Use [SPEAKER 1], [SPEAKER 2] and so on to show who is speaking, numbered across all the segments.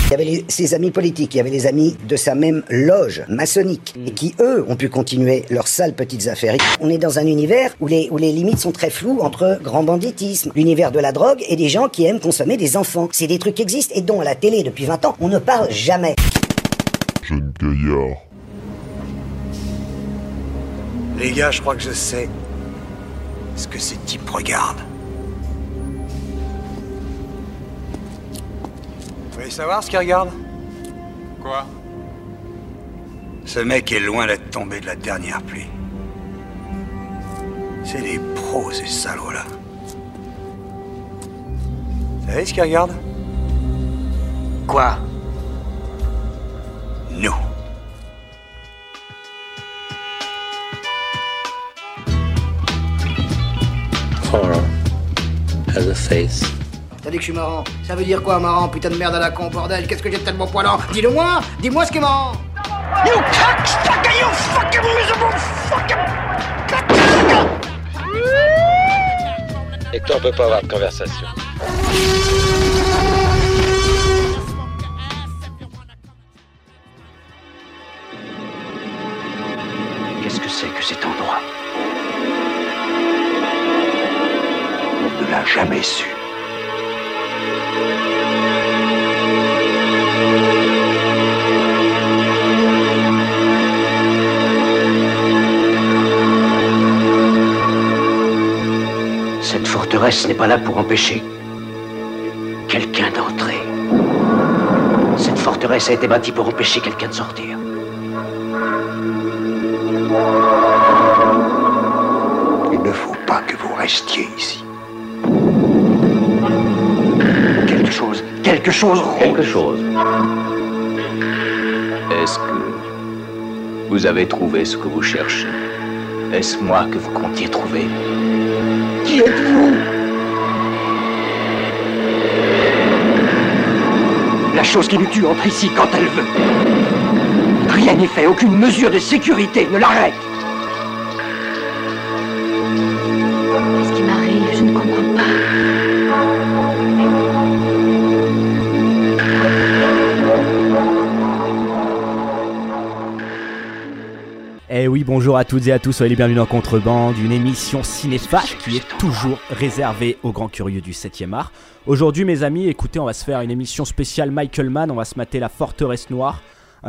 [SPEAKER 1] Il y avait ses amis politiques, il y avait les amis de sa même loge maçonnique, et qui, eux, ont pu continuer leurs sales petites affaires. On est dans un univers où les limites sont très floues entre grand banditisme, l'univers de la drogue et des gens qui aiment consommer des enfants. C'est des trucs qui existent et dont à la télé depuis 20 ans, on ne parle jamais.
[SPEAKER 2] Jeune gaillard.
[SPEAKER 3] Les gars, je crois que je sais ce que ces types regardent. Vous voulez savoir ce qu'ils regardent?
[SPEAKER 4] Quoi?
[SPEAKER 3] Ce mec est loin d'être tombé de la dernière pluie. C'est des pros, ces salauds-là. Vous savez ce qu'ils regardent?
[SPEAKER 1] Quoi?
[SPEAKER 3] Nous.
[SPEAKER 5] Horror has a face.
[SPEAKER 1] T'as dit que je suis marrant. Ça veut dire quoi, marrant? Putain de merde à la con, bordel. Qu'est-ce que j'ai de tellement poilant? Dis-le-moi. Dis-moi ce qui est marrant. You cocksucker, you fucking miserable fucking...
[SPEAKER 5] Et toi, on peut pas avoir de conversation.
[SPEAKER 6] Qu'est-ce que c'est que cet endroit? On ne l'a jamais su. Cette forteresse n'est pas là pour empêcher quelqu'un d'entrer. Cette forteresse a été bâtie pour empêcher quelqu'un de sortir. Il ne faut pas que vous restiez ici. Quelque chose roule.
[SPEAKER 7] Est-ce que vous avez trouvé ce que vous cherchez? Est-ce moi que vous comptiez trouver?
[SPEAKER 6] Qui êtes-vous? La chose qui nous tue entre ici quand elle veut. Rien n'est fait, aucune mesure de sécurité ne l'arrête.
[SPEAKER 8] Qu'est-ce qui m'arrive? Je ne comprends pas.
[SPEAKER 9] Eh oui, bonjour à toutes et à tous, soyez les bienvenus dans Contrebande, une émission cinéphage qui est toujours réservée aux grands curieux du 7e art. Aujourd'hui, mes amis, écoutez, on va se faire une émission spéciale Michael Mann, on va se mater La Forteresse Noire,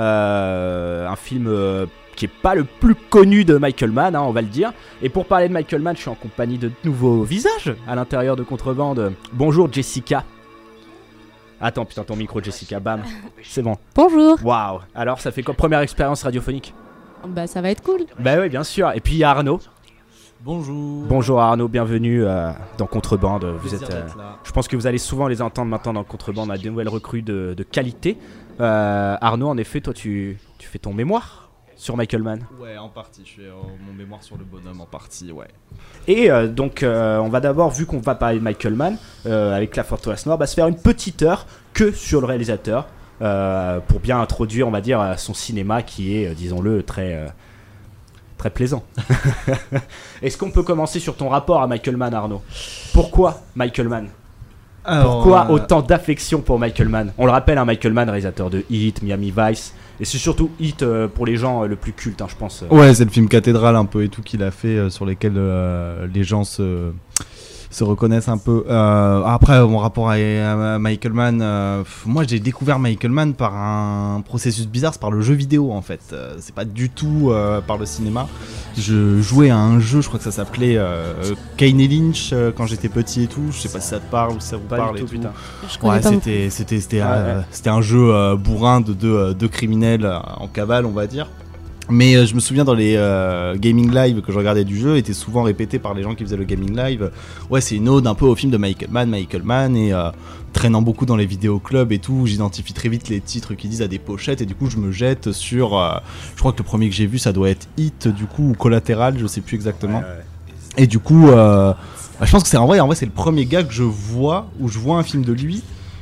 [SPEAKER 9] un film qui est pas le plus connu de Michael Mann, on va le dire. Et pour parler de Michael Mann, je suis en compagnie de nouveaux visages à l'intérieur de Contrebande. Bonjour Jessica. Attends, putain, ton micro Jessica, bam, c'est bon.
[SPEAKER 10] Bonjour.
[SPEAKER 9] Waouh, alors ça fait quoi, première expérience radiophonique?
[SPEAKER 10] Bah ça va être cool.
[SPEAKER 9] Bah oui, bien sûr. Et puis il y a Arnaud.
[SPEAKER 11] Bonjour.
[SPEAKER 9] Bonjour Arnaud, bienvenue dans Contrebande. Vous êtes, je pense que vous allez souvent les entendre maintenant dans Contrebande. On a des nouvelles recrues de qualité. Arnaud, en effet, toi tu fais ton mémoire sur Michael Mann.
[SPEAKER 11] Ouais, en partie. Je fais mon mémoire sur le bonhomme en partie, ouais.
[SPEAKER 9] Et donc on va d'abord, vu qu'on va parler de Michael Mann avec La Forteresse Noire, se faire une petite heure que sur le réalisateur. Pour bien introduire, on va dire, son cinéma qui est, disons-le, très plaisant. Est-ce qu'on peut commencer sur ton rapport à Michael Mann, Arnaud? Pourquoi Michael Mann? Pourquoi autant d'affection pour Michael Mann? On le rappelle, Michael Mann, réalisateur de Heat, Miami Vice, et c'est surtout Heat pour les gens le plus culte, je pense.
[SPEAKER 11] Ouais, c'est le film cathédrale un peu et tout qu'il a fait sur lesquels les gens se reconnaissent un peu. Après, mon rapport à Michael Mann, moi j'ai découvert Michael Mann par un processus bizarre, c'est par le jeu vidéo en fait. C'est pas du tout par le cinéma. Je jouais à un jeu, je crois que ça s'appelait Kane et Lynch quand j'étais petit et tout. Je sais pas si ça te parle ou si ça vous parle et tout. Putain. Ouais, c'était un jeu bourrin de deux criminels en cavale, on va dire. Mais je me souviens dans les gaming live que je regardais du jeu, était souvent répété par les gens qui faisaient le gaming live. Ouais, c'est une ode un peu au film de Michael Mann et traînant beaucoup dans les vidéoclubs et tout, j'identifie très vite les titres qui disent à des pochettes et du coup je me jette sur, je crois que le premier que j'ai vu ça doit être Hit du coup ou Collatéral, je sais plus exactement. Ouais. Et du coup, je pense que c'est en vrai c'est le premier gars que je vois où je vois un film de lui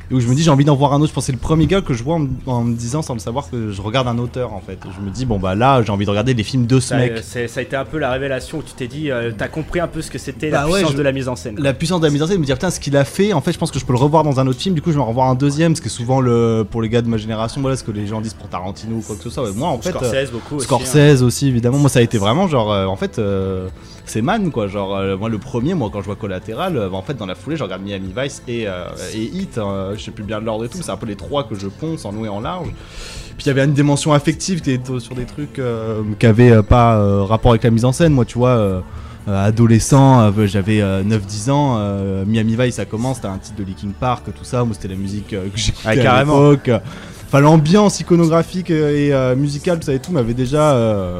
[SPEAKER 11] et où je me dis j'ai envie d'en voir un autre. Je pense que c'est le premier gars que je vois en me disant sans le savoir que je regarde un auteur en fait. Je me dis bon bah là j'ai envie de regarder les films de ce mec.
[SPEAKER 9] Ça a été un peu la révélation où tu t'es dit t'as compris un peu ce que c'était la puissance de la mise en scène.
[SPEAKER 11] La puissance de la mise en scène, me dire putain ce qu'il a fait, en fait je pense que je peux le revoir dans un autre film, du coup je vais en revoir un deuxième, ce qui est souvent pour les gars de ma génération, voilà ce que les gens disent pour Tarantino ou quoi que ce soit. Ouais, moi en fait
[SPEAKER 9] Scorsese beaucoup
[SPEAKER 11] Scorsese aussi évidemment, moi ça a été vraiment genre en fait c'est Man quoi, genre moi le premier, moi quand je vois Collateral, en fait dans la foulée je regarde Miami Vice et Heat, je sais plus bien l'ordre et tout, c'est un peu les trois que je ponce en long et en large. Puis il y avait une dimension affective qui était sur des trucs qui avaient pas rapport avec la mise en scène, moi tu vois adolescent, j'avais 9-10 ans, Miami Vice ça commence, t'as un titre de Linkin Park, tout ça, moi c'était la musique que j'écoutais à l'époque. Enfin l'ambiance iconographique et musicale, tout ça et tout m'avait déjà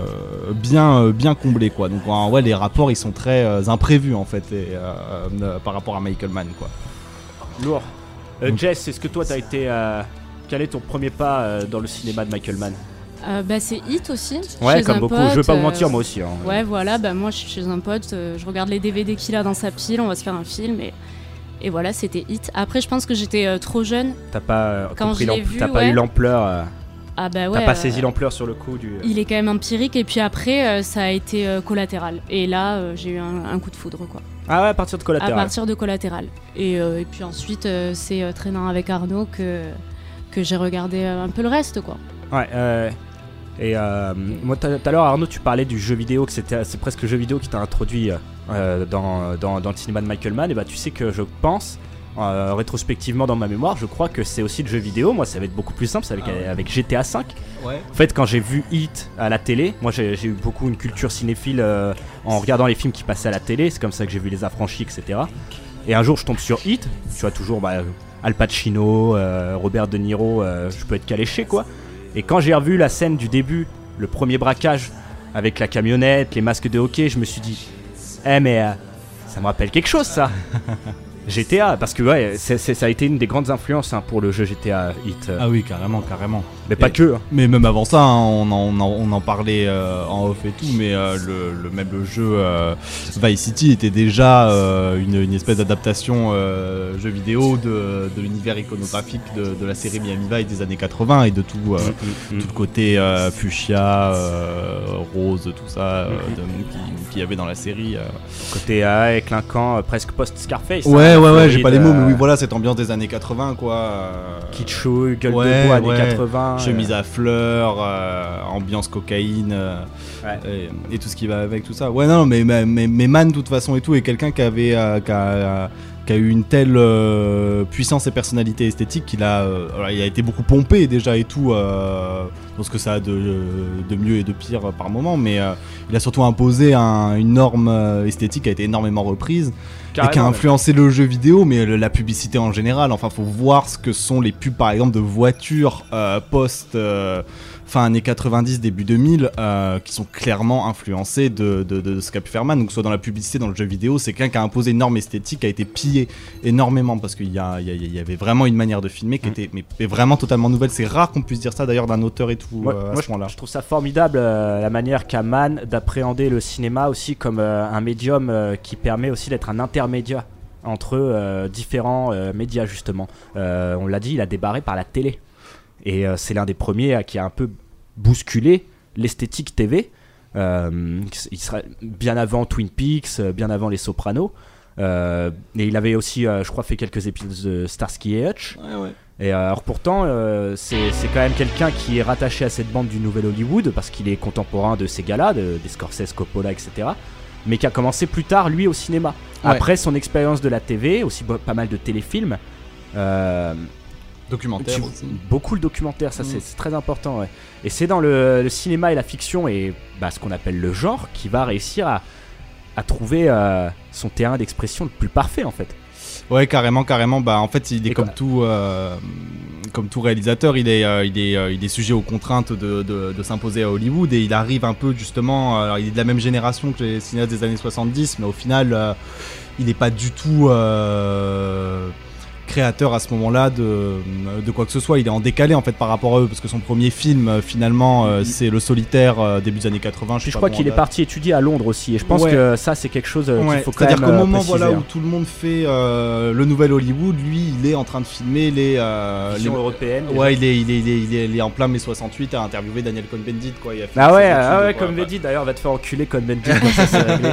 [SPEAKER 11] bien comblé quoi. Donc ouais les rapports ils sont très imprévus en fait par rapport à Michael Mann quoi.
[SPEAKER 9] Lourd. Jess, est-ce que toi t'as été quel est ton premier pas dans le cinéma de Michael Mann?
[SPEAKER 4] C'est Hit aussi.
[SPEAKER 9] Ouais, comme beaucoup. Je veux pas vous mentir, moi aussi. Hein.
[SPEAKER 4] Ouais, voilà. Moi, je suis chez un pote. Je regarde les DVD qu'il a dans sa pile. On va se faire un film et voilà, c'était Hit. Après, je pense que j'étais trop jeune.
[SPEAKER 9] T'as pas eu l'ampleur.
[SPEAKER 4] Ah bah ouais.
[SPEAKER 9] T'as pas saisi l'ampleur sur le coup du.
[SPEAKER 4] Il est quand même empirique. Et puis après, ça a été Collatéral. Et là, j'ai eu un coup de foudre, quoi.
[SPEAKER 9] Ah ouais, à partir de Collatéral.
[SPEAKER 4] À partir de Collatéral. Et puis ensuite, c'est Traînant avec Arnaud que j'ai regardé un peu le reste, quoi.
[SPEAKER 9] Ouais. Et moi tout à l'heure Arnaud tu parlais du jeu vidéo, que c'est presque le jeu vidéo qui t'a introduit dans le cinéma de Michael Mann. Et bah tu sais que je pense rétrospectivement dans ma mémoire, je crois que c'est aussi le jeu vidéo. Moi ça va être beaucoup plus simple, c'est avec GTA 5. Ouais. En fait quand j'ai vu Hit à la télé, moi j'ai eu beaucoup une culture cinéphile en regardant les films qui passaient à la télé. C'est comme ça que j'ai vu Les Affranchis, etc. Et un jour je tombe sur Hit, tu vois toujours Al Pacino, Robert De Niro, je peux être caléché quoi. Et quand j'ai revu la scène du début, le premier braquage avec la camionnette, les masques de hockey, je me suis dit mais ça me rappelle quelque chose ça. GTA, parce que ouais, ça a été une des grandes influences pour le jeu GTA Hit.
[SPEAKER 11] Ah oui, carrément.
[SPEAKER 9] Mais pas que. Hein.
[SPEAKER 11] Mais même avant ça, hein, on en parlait en off et tout, mais même le jeu Vice City était déjà une espèce d'adaptation jeu vidéo de l'univers iconographique de la série Miami Vice des années 80 et de tout le côté fuchsia, rose, tout ça qu'il y avait dans la série.
[SPEAKER 9] Côté clinquant, presque post-Scarface.
[SPEAKER 11] Ouais, j'ai pas les mots, mais oui, voilà, cette ambiance des années 80, quoi.
[SPEAKER 9] Kitschou, gueule de bois, années 80.
[SPEAKER 11] Chemise à fleurs, ambiance cocaïne, et tout ce qui va avec tout ça. Ouais, non, mais Man, de toute façon, et tout, est quelqu'un qui avait. Qui a eu une telle puissance et personnalité esthétique qu'il il a été beaucoup pompé déjà et tout, dans ce que ça a de mieux et de pire par moment, mais il a surtout imposé une norme esthétique qui a été énormément reprise. Carrément, et qui a influencé le jeu vidéo, mais la publicité en général. Enfin, faut voir ce que sont les pubs, par exemple, de voitures fin années 90, début 2000, qui sont clairement influencées de ce qu'a pu faire Man. Donc, soit dans la publicité, dans le jeu vidéo, c'est quelqu'un qui a imposé une norme esthétique, qui a été pillé énormément, parce qu'il y avait vraiment une manière de filmer qui était mais vraiment totalement nouvelle. C'est rare qu'on puisse dire ça d'ailleurs d'un auteur et tout.
[SPEAKER 9] Moi, je trouve ça formidable, la manière qu'a Man d'appréhender le cinéma aussi comme un médium qui permet aussi d'être un intermédiaire entre différents médias, justement. On l'a dit, il a débarré par la télé. Et c'est l'un des premiers qui a un peu bousculé l'esthétique TV. Il serait bien avant Twin Peaks, bien avant Les Sopranos. Et il avait aussi, je crois, fait quelques épisodes de Starsky et Hutch. Ouais. Et alors pourtant, c'est quand même quelqu'un qui est rattaché à cette bande du Nouvel Hollywood, parce qu'il est contemporain de ces gars-là, des Scorsese, Coppola, etc. Mais qui a commencé plus tard, lui, au cinéma. Ouais. Après son expérience de la TV, aussi pas mal de téléfilms.
[SPEAKER 11] Documentaire aussi.
[SPEAKER 9] Beaucoup le documentaire, ça c'est très important. Ouais. Et c'est dans le cinéma et la fiction et ce qu'on appelle le genre qui va réussir à trouver son terrain d'expression le plus parfait en fait.
[SPEAKER 11] Ouais, carrément. En fait, il est comme tout réalisateur, il est sujet aux contraintes de s'imposer à Hollywood et il arrive un peu justement. Alors, il est de la même génération que les cinéastes des années 70, mais au final, il n'est pas du tout créateur à ce moment-là de quoi que ce soit. Il est en décalé en fait par rapport à eux parce que son premier film finalement c'est Le Solitaire début des années 80.
[SPEAKER 9] Je crois qu'il est parti étudier à Londres aussi et je pense que ça c'est quelque chose qu'il faut quand même
[SPEAKER 11] c'est-à-dire qu'au moment
[SPEAKER 9] préciser,
[SPEAKER 11] où tout le monde fait le nouvel Hollywood, lui il est en train de filmer les
[SPEAKER 9] européennes.
[SPEAKER 11] Ouais, il est en plein mai 68 à interviewer Daniel Cohn-Bendit quoi. Il a fait
[SPEAKER 9] Cohn-Bendit d'ailleurs va te faire enculer Cohn-Bendit. Ça c'est réglé.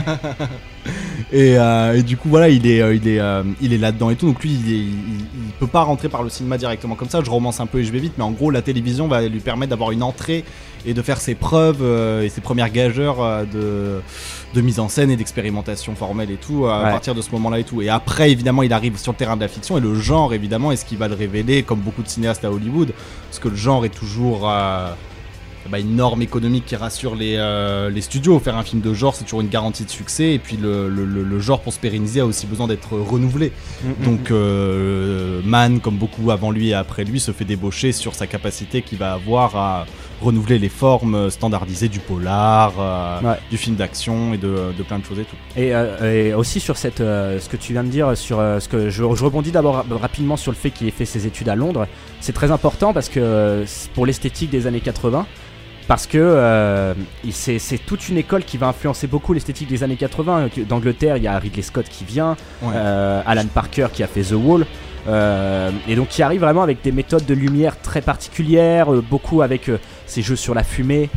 [SPEAKER 11] Et du coup voilà il est là-dedans et tout, donc lui il peut pas rentrer par le cinéma directement comme ça. Je romance un peu et je vais vite, mais en gros la télévision va lui permettre d'avoir une entrée et de faire ses preuves et ses premières gageures de mise en scène et d'expérimentation formelle et tout à partir de ce moment là et tout. Et après évidemment il arrive sur le terrain de la fiction et le genre évidemment est ce qui va le révéler comme beaucoup de cinéastes à Hollywood, parce que le genre est toujours une norme économique qui rassure les studios. Faire un film de genre, c'est toujours une garantie de succès. Et puis le genre, pour se pérenniser, a aussi besoin d'être renouvelé. Donc Mann, comme beaucoup avant lui et après lui, se fait débaucher sur sa capacité qu'il va avoir à renouveler les formes standardisées du polar, du film d'action et de plein de choses et tout.
[SPEAKER 9] Et aussi sur ce que tu viens de dire, sur ce que je rebondis d'abord rapidement sur le fait qu'il ait fait ses études à Londres. C'est très important parce que pour l'esthétique des années 80, parce que c'est toute une école qui va influencer beaucoup l'esthétique des années 80. D'Angleterre, il y a Ridley Scott qui vient, Alan Parker qui a fait The Wall, et donc qui arrive vraiment avec des méthodes de lumière très particulières, beaucoup avec ces jeux sur la fumée,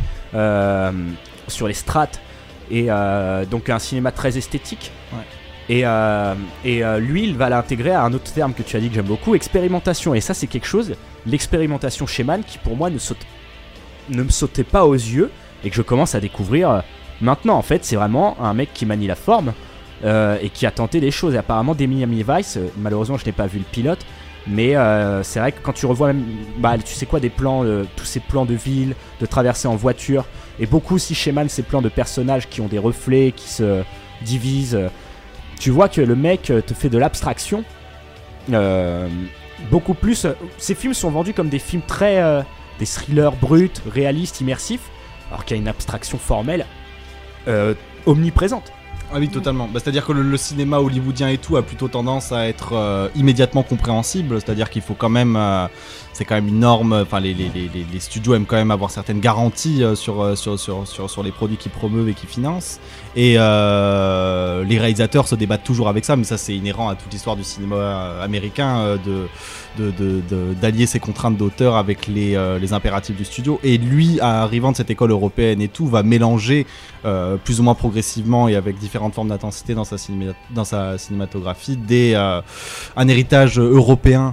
[SPEAKER 9] sur les strates, et donc un cinéma très esthétique. Et lui, il va l'intégrer à un autre terme que tu as dit que j'aime beaucoup, expérimentation. Et ça, c'est quelque chose, l'expérimentation chez Mann, qui pour moi ne me sautait pas aux yeux et que je commence à découvrir maintenant. En fait, c'est vraiment un mec qui manie la forme et qui a tenté des choses. Et apparemment, des Miami Vice, malheureusement, je n'ai pas vu le pilote, mais c'est vrai que quand tu revois même, tu sais quoi, des plans, tous ces plans de ville, de traversée en voiture, et beaucoup aussi chez Mann, ces plans de personnages qui ont des reflets, qui se divisent. Tu vois que le mec te fait de l'abstraction. Beaucoup plus. Ces films sont vendus comme des films très. Des thrillers bruts, réalistes, immersifs, alors qu'il y a une abstraction formelle omniprésente.
[SPEAKER 11] Ah oui, totalement. C'est-à-dire que le cinéma hollywoodien et tout a plutôt tendance à être immédiatement compréhensible. C'est-à-dire qu'il faut quand même... c'est quand même une norme. Enfin, les studios aiment quand même avoir certaines garanties sur les produits qu'ils promeuvent et qu'ils financent. Et les réalisateurs se débattent toujours avec ça, mais ça c'est inhérent à toute l'histoire du cinéma américain, d'allier ses contraintes d'auteur avec les impératifs du studio. Et lui, arrivant de cette école européenne et tout, va mélanger plus ou moins progressivement et avec différentes formes d'intensité dans sa cinématographie un héritage européen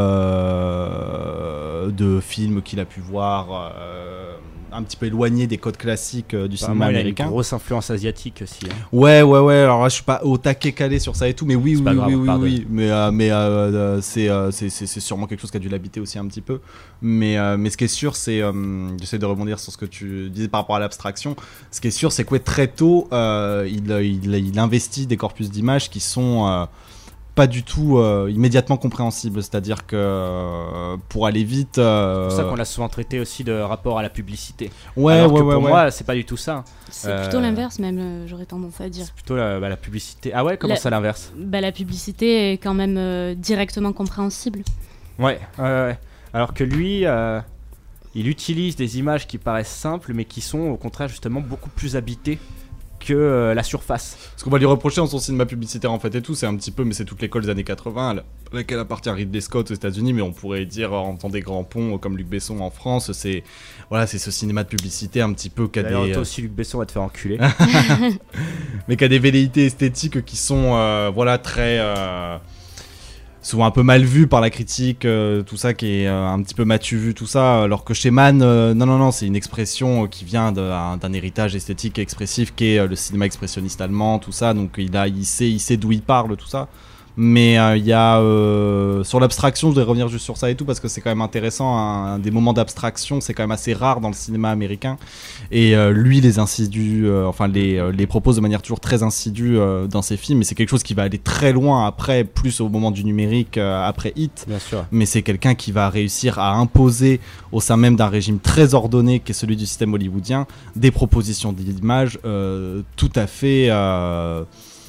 [SPEAKER 11] de films qu'il a pu voir un petit peu éloigné des codes classiques du cinéma américain.
[SPEAKER 9] Il y a une grosse influence asiatique aussi. Hein.
[SPEAKER 11] Ouais. Alors là, je suis pas au taquet calé sur ça et tout, mais oui. Mais c'est sûrement quelque chose qui a dû l'habiter aussi un petit peu. Mais ce qui est sûr, c'est, j'essaie de rebondir sur ce que tu disais par rapport à l'abstraction. Ce qui est sûr, c'est que très tôt, il investit des corpus d'images qui sont pas du tout immédiatement compréhensible, c'est-à-dire que pour aller vite
[SPEAKER 9] c'est pour ça qu'on l'a souvent traité aussi de rapport à la publicité. Pour moi c'est pas du tout ça.
[SPEAKER 4] C'est plutôt l'inverse même, j'aurais tendance à dire.
[SPEAKER 9] C'est plutôt la publicité. Ah ouais, comment ça l'inverse?
[SPEAKER 4] La publicité est quand même directement compréhensible.
[SPEAKER 9] Ouais. Alors que lui il utilise des images qui paraissent simples mais qui sont au contraire justement beaucoup plus habitées que la surface.
[SPEAKER 11] Ce qu'on va lui reprocher dans son cinéma publicitaire en fait et tout, c'est un petit peu, mais c'est toute l'école des années 80 à laquelle appartient Ridley Scott aux États-Unis, mais on pourrait dire en temps des grands ponts comme Luc Besson en France, c'est ce cinéma de publicité un petit peu qui a
[SPEAKER 9] d'ailleurs, toi aussi Luc Besson va te faire enculer.
[SPEAKER 11] Mais qui a des velléités esthétiques qui sont très souvent un peu mal vu par la critique, tout ça qui est un petit peu matu vu, tout ça, alors que chez Mann, non, c'est une expression qui vient d'un héritage esthétique et expressif qui est le cinéma expressionniste allemand, tout ça, donc il sait d'où il parle, tout ça. Mais il y a sur l'abstraction, je voudrais revenir juste sur ça et tout parce que c'est quand même intéressant, des moments d'abstraction c'est quand même assez rare dans le cinéma américain et lui les insidue, les propose de manière toujours très insidue dans ses films, et c'est quelque chose qui va aller très loin après, plus au moment du numérique après Hit.
[SPEAKER 9] Bien sûr.
[SPEAKER 11] Mais c'est quelqu'un qui va réussir à imposer au sein même d'un régime très ordonné qui est celui du système hollywoodien des propositions d'images tout à fait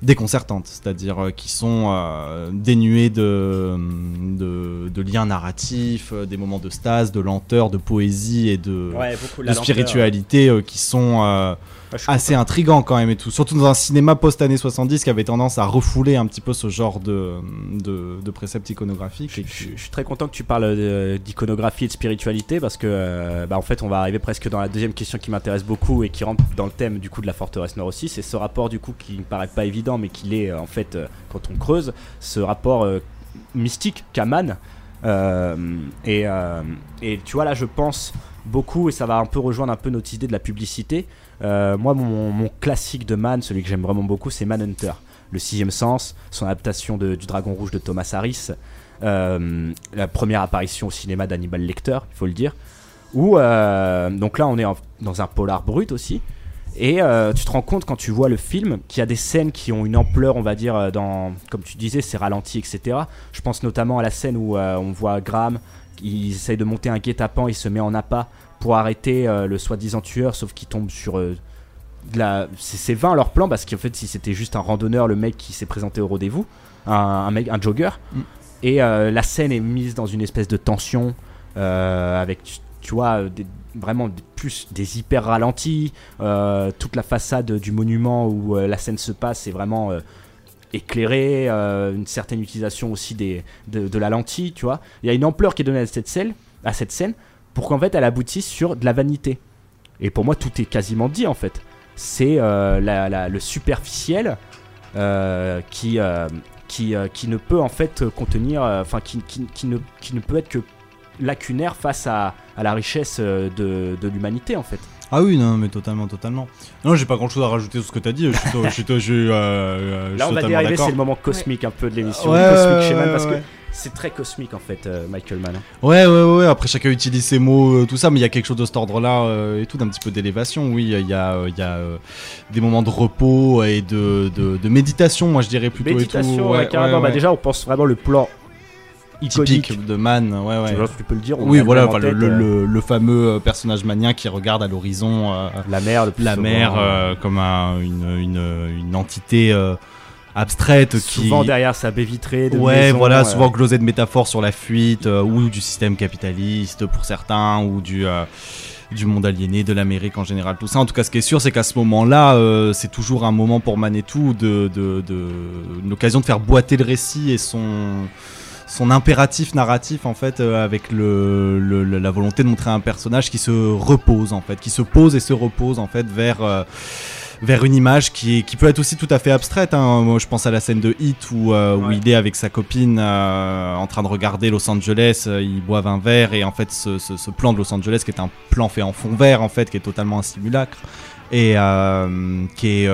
[SPEAKER 11] déconcertantes, c'est-à-dire qui sont dénuées de liens narratifs, des moments de stase, de lenteur, de poésie et de spiritualité qui sont assez intrigants quand même et tout. Surtout dans un cinéma post-années 70 qui avait tendance à refouler un petit peu ce genre de préceptes iconographiques.
[SPEAKER 9] Je suis très content que tu parles d'iconographie et de spiritualité parce que en fait on va arriver presque dans la deuxième question qui m'intéresse beaucoup et qui rentre dans le thème du coup de la forteresse nord aussi. C'est ce rapport du coup qui ne paraît pas évident mais qui l'est en fait quand on creuse, ce rapport mystique qu'a Mann. Et tu vois là je pense beaucoup et ça va un peu rejoindre un peu notre idée de la publicité. Moi mon classique de Mann, celui que j'aime vraiment beaucoup, c'est Manhunter, le sixième sens, son adaptation du Dragon Rouge de Thomas Harris, la première apparition au cinéma d'Hannibal Lecter, il faut le dire, où donc là on est dans un polar brut aussi. Et tu te rends compte quand tu vois le film qu'il y a des scènes qui ont une ampleur, on va dire, comme tu disais, c'est ralenti, etc. Je pense notamment à la scène où on voit Graham, il essaye de monter un guet-apens, il se met en appât pour arrêter le soi-disant tueur, sauf qu'il tombe sur c'est vain leur plan parce qu'en fait si c'était juste un randonneur, le mec qui s'est présenté au rendez-vous, un jogger, et la scène est mise dans une espèce de tension avec tu vois vraiment plus des hyper ralentis, toute la façade du monument où la scène se passe est vraiment éclairée, une certaine utilisation aussi de la lentille, tu vois. Il y a une ampleur qui est donnée à cette scène pour qu'en fait elle aboutisse sur de la vanité. Et pour moi tout est quasiment dit en fait. C'est le superficiel qui ne peut en fait contenir, enfin qui ne peut être que lacunaire face à la richesse de l'humanité en fait.
[SPEAKER 11] Ah oui, non, mais totalement. Non, j'ai pas grand chose à rajouter sur ce que t'as dit.
[SPEAKER 9] Là, on va y arriver, c'est le moment cosmique un peu de l'émission.
[SPEAKER 11] Ouais,
[SPEAKER 9] cosmique chez Mann, parce que c'est très cosmique en fait, Michael Mann.
[SPEAKER 11] Ouais. Après, chacun utilise ses mots, tout ça, mais il y a quelque chose de cet ordre-là et tout, d'un petit peu d'élévation. Oui, il y a des moments de repos et de méditation, moi je dirais plutôt.
[SPEAKER 9] Méditation, et tout. Carrément. Bah, déjà, on pense vraiment le plan
[SPEAKER 11] typique de Mann,
[SPEAKER 9] tu peux le dire.
[SPEAKER 11] Oui, voilà, le fameux personnage mannien qui regarde à l'horizon
[SPEAKER 9] la mer
[SPEAKER 11] comme une entité abstraite
[SPEAKER 9] souvent
[SPEAKER 11] qui
[SPEAKER 9] derrière sa baie vitrée de maison,
[SPEAKER 11] voilà, souvent glosée de métaphores sur la fuite ou du système capitaliste pour certains ou du monde aliéné, de l'Amérique en général, tout ça. En tout cas, ce qui est sûr, c'est qu'à ce moment-là, c'est toujours un moment pour Mann et tout une occasion de faire boiter le récit et son impératif narratif en fait avec la volonté de montrer un personnage qui se repose en fait, qui se pose et se repose en fait vers une image qui peut être aussi tout à fait abstraite, hein. Moi je pense à la scène de Heat où il est avec sa copine en train de regarder Los Angeles, ils boivent un verre et en fait ce plan de Los Angeles qui est un plan fait en fond vert en fait, qui est totalement un simulacre et qui est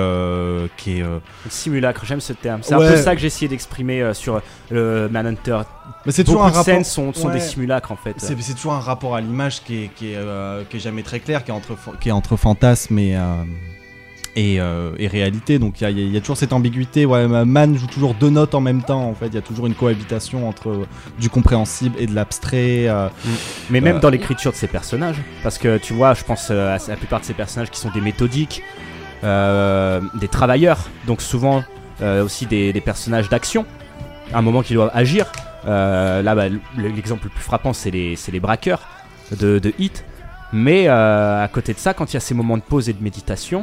[SPEAKER 9] simulacre, j'aime ce terme. C'est un peu ça que j'ai essayé d'exprimer sur le Manhunter.
[SPEAKER 11] Mais c'est toujours un rapport.
[SPEAKER 9] Scènes sont des simulacres en fait.
[SPEAKER 11] C'est toujours un rapport à l'image qui est jamais très clair, qui est entre fantasme et réalité. Donc il y a toujours cette ambiguïté. Mann joue toujours deux notes en même temps. En fait, il y a toujours une cohabitation entre du compréhensible et de l'abstrait.
[SPEAKER 9] Mais même dans l'écriture de ces personnages, parce que tu vois, je pense à la plupart de ces personnages qui sont des méthodiques, des travailleurs. Donc souvent aussi des personnages d'action. À un moment qu'ils doivent agir. Là, l'exemple le plus frappant, c'est les braqueurs de Heat. Mais à côté de ça, quand il y a ces moments de pause et de méditation,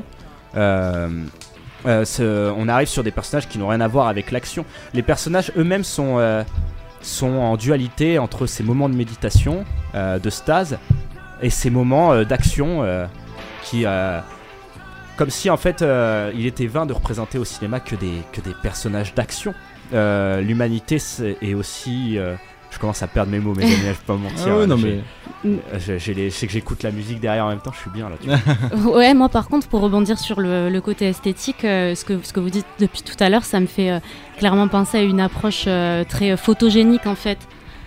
[SPEAKER 9] on arrive sur des personnages qui n'ont rien à voir avec l'action. Les personnages eux-mêmes sont en dualité entre ces moments de méditation, de stase, et ces moments d'action qui, comme si en fait il était vain de représenter au cinéma que des personnages d'action. L'humanité est aussi je commence à perdre mes mots, mes amis, je peux pas mentir. Je sais que j'écoute la musique derrière en même temps, je suis bien là. Tu vois.
[SPEAKER 4] Ouais, moi par contre, pour rebondir sur le côté esthétique, ce que vous dites depuis tout à l'heure, ça me fait clairement penser à une approche très photogénique en fait,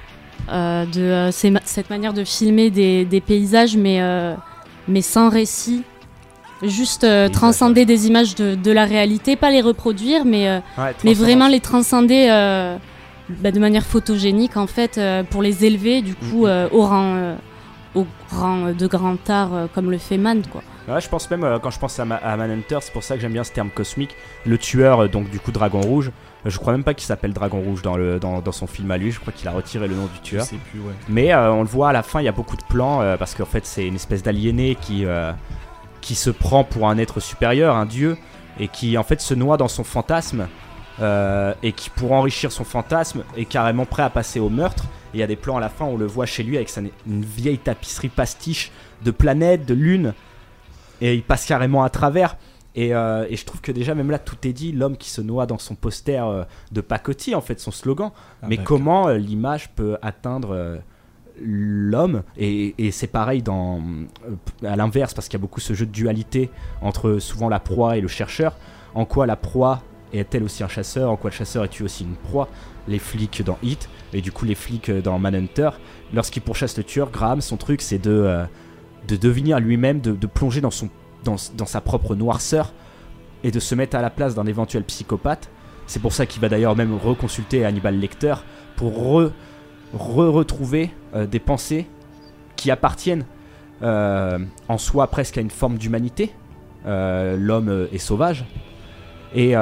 [SPEAKER 4] cette manière de filmer des paysages, mais sans récit. Juste transcender des images de la réalité, pas les reproduire, mais vraiment les transcender de manière photogénique en fait, pour les élever du coup au rang de grand art comme le fait Mann, quoi.
[SPEAKER 9] Ouais, je pense même, quand je pense à Manhunter, c'est pour ça que j'aime bien ce terme cosmique. Le tueur, donc du coup Dragon Rouge, je crois même pas qu'il s'appelle Dragon Rouge dans son film à lui, je crois qu'il a retiré le nom du tueur.
[SPEAKER 11] Je sais plus, ouais.
[SPEAKER 9] Mais on le voit à la fin, il y a beaucoup de plans, parce qu'en fait c'est une espèce d'aliéné qui se prend pour un être supérieur, un dieu, et qui en fait se noie dans son fantasme, et qui pour enrichir son fantasme est carrément prêt à passer au meurtre. Et il y a des plans à la fin où on le voit chez lui avec une vieille tapisserie pastiche de planètes, de lunes, et il passe carrément à travers. Et je trouve que déjà même là tout est dit, l'homme qui se noie dans son poster de pacotille, en fait son slogan. Mais comment l'image peut atteindre l'homme, et c'est pareil à l'inverse, parce qu'il y a beaucoup ce jeu de dualité entre souvent la proie et le chercheur. En quoi la proie est-elle aussi un chasseur, en quoi le chasseur est-il aussi une proie? Les flics dans Hit, et du coup les flics dans Manhunter, lorsqu'ils pourchassent le tueur, Graham, son truc c'est de devenir lui-même, de plonger dans sa propre noirceur et de se mettre à la place d'un éventuel psychopathe. C'est pour ça qu'il va d'ailleurs même reconsulter Hannibal Lecter pour retrouver des pensées qui appartiennent en soi presque à une forme d'humanité. L'homme est sauvage, et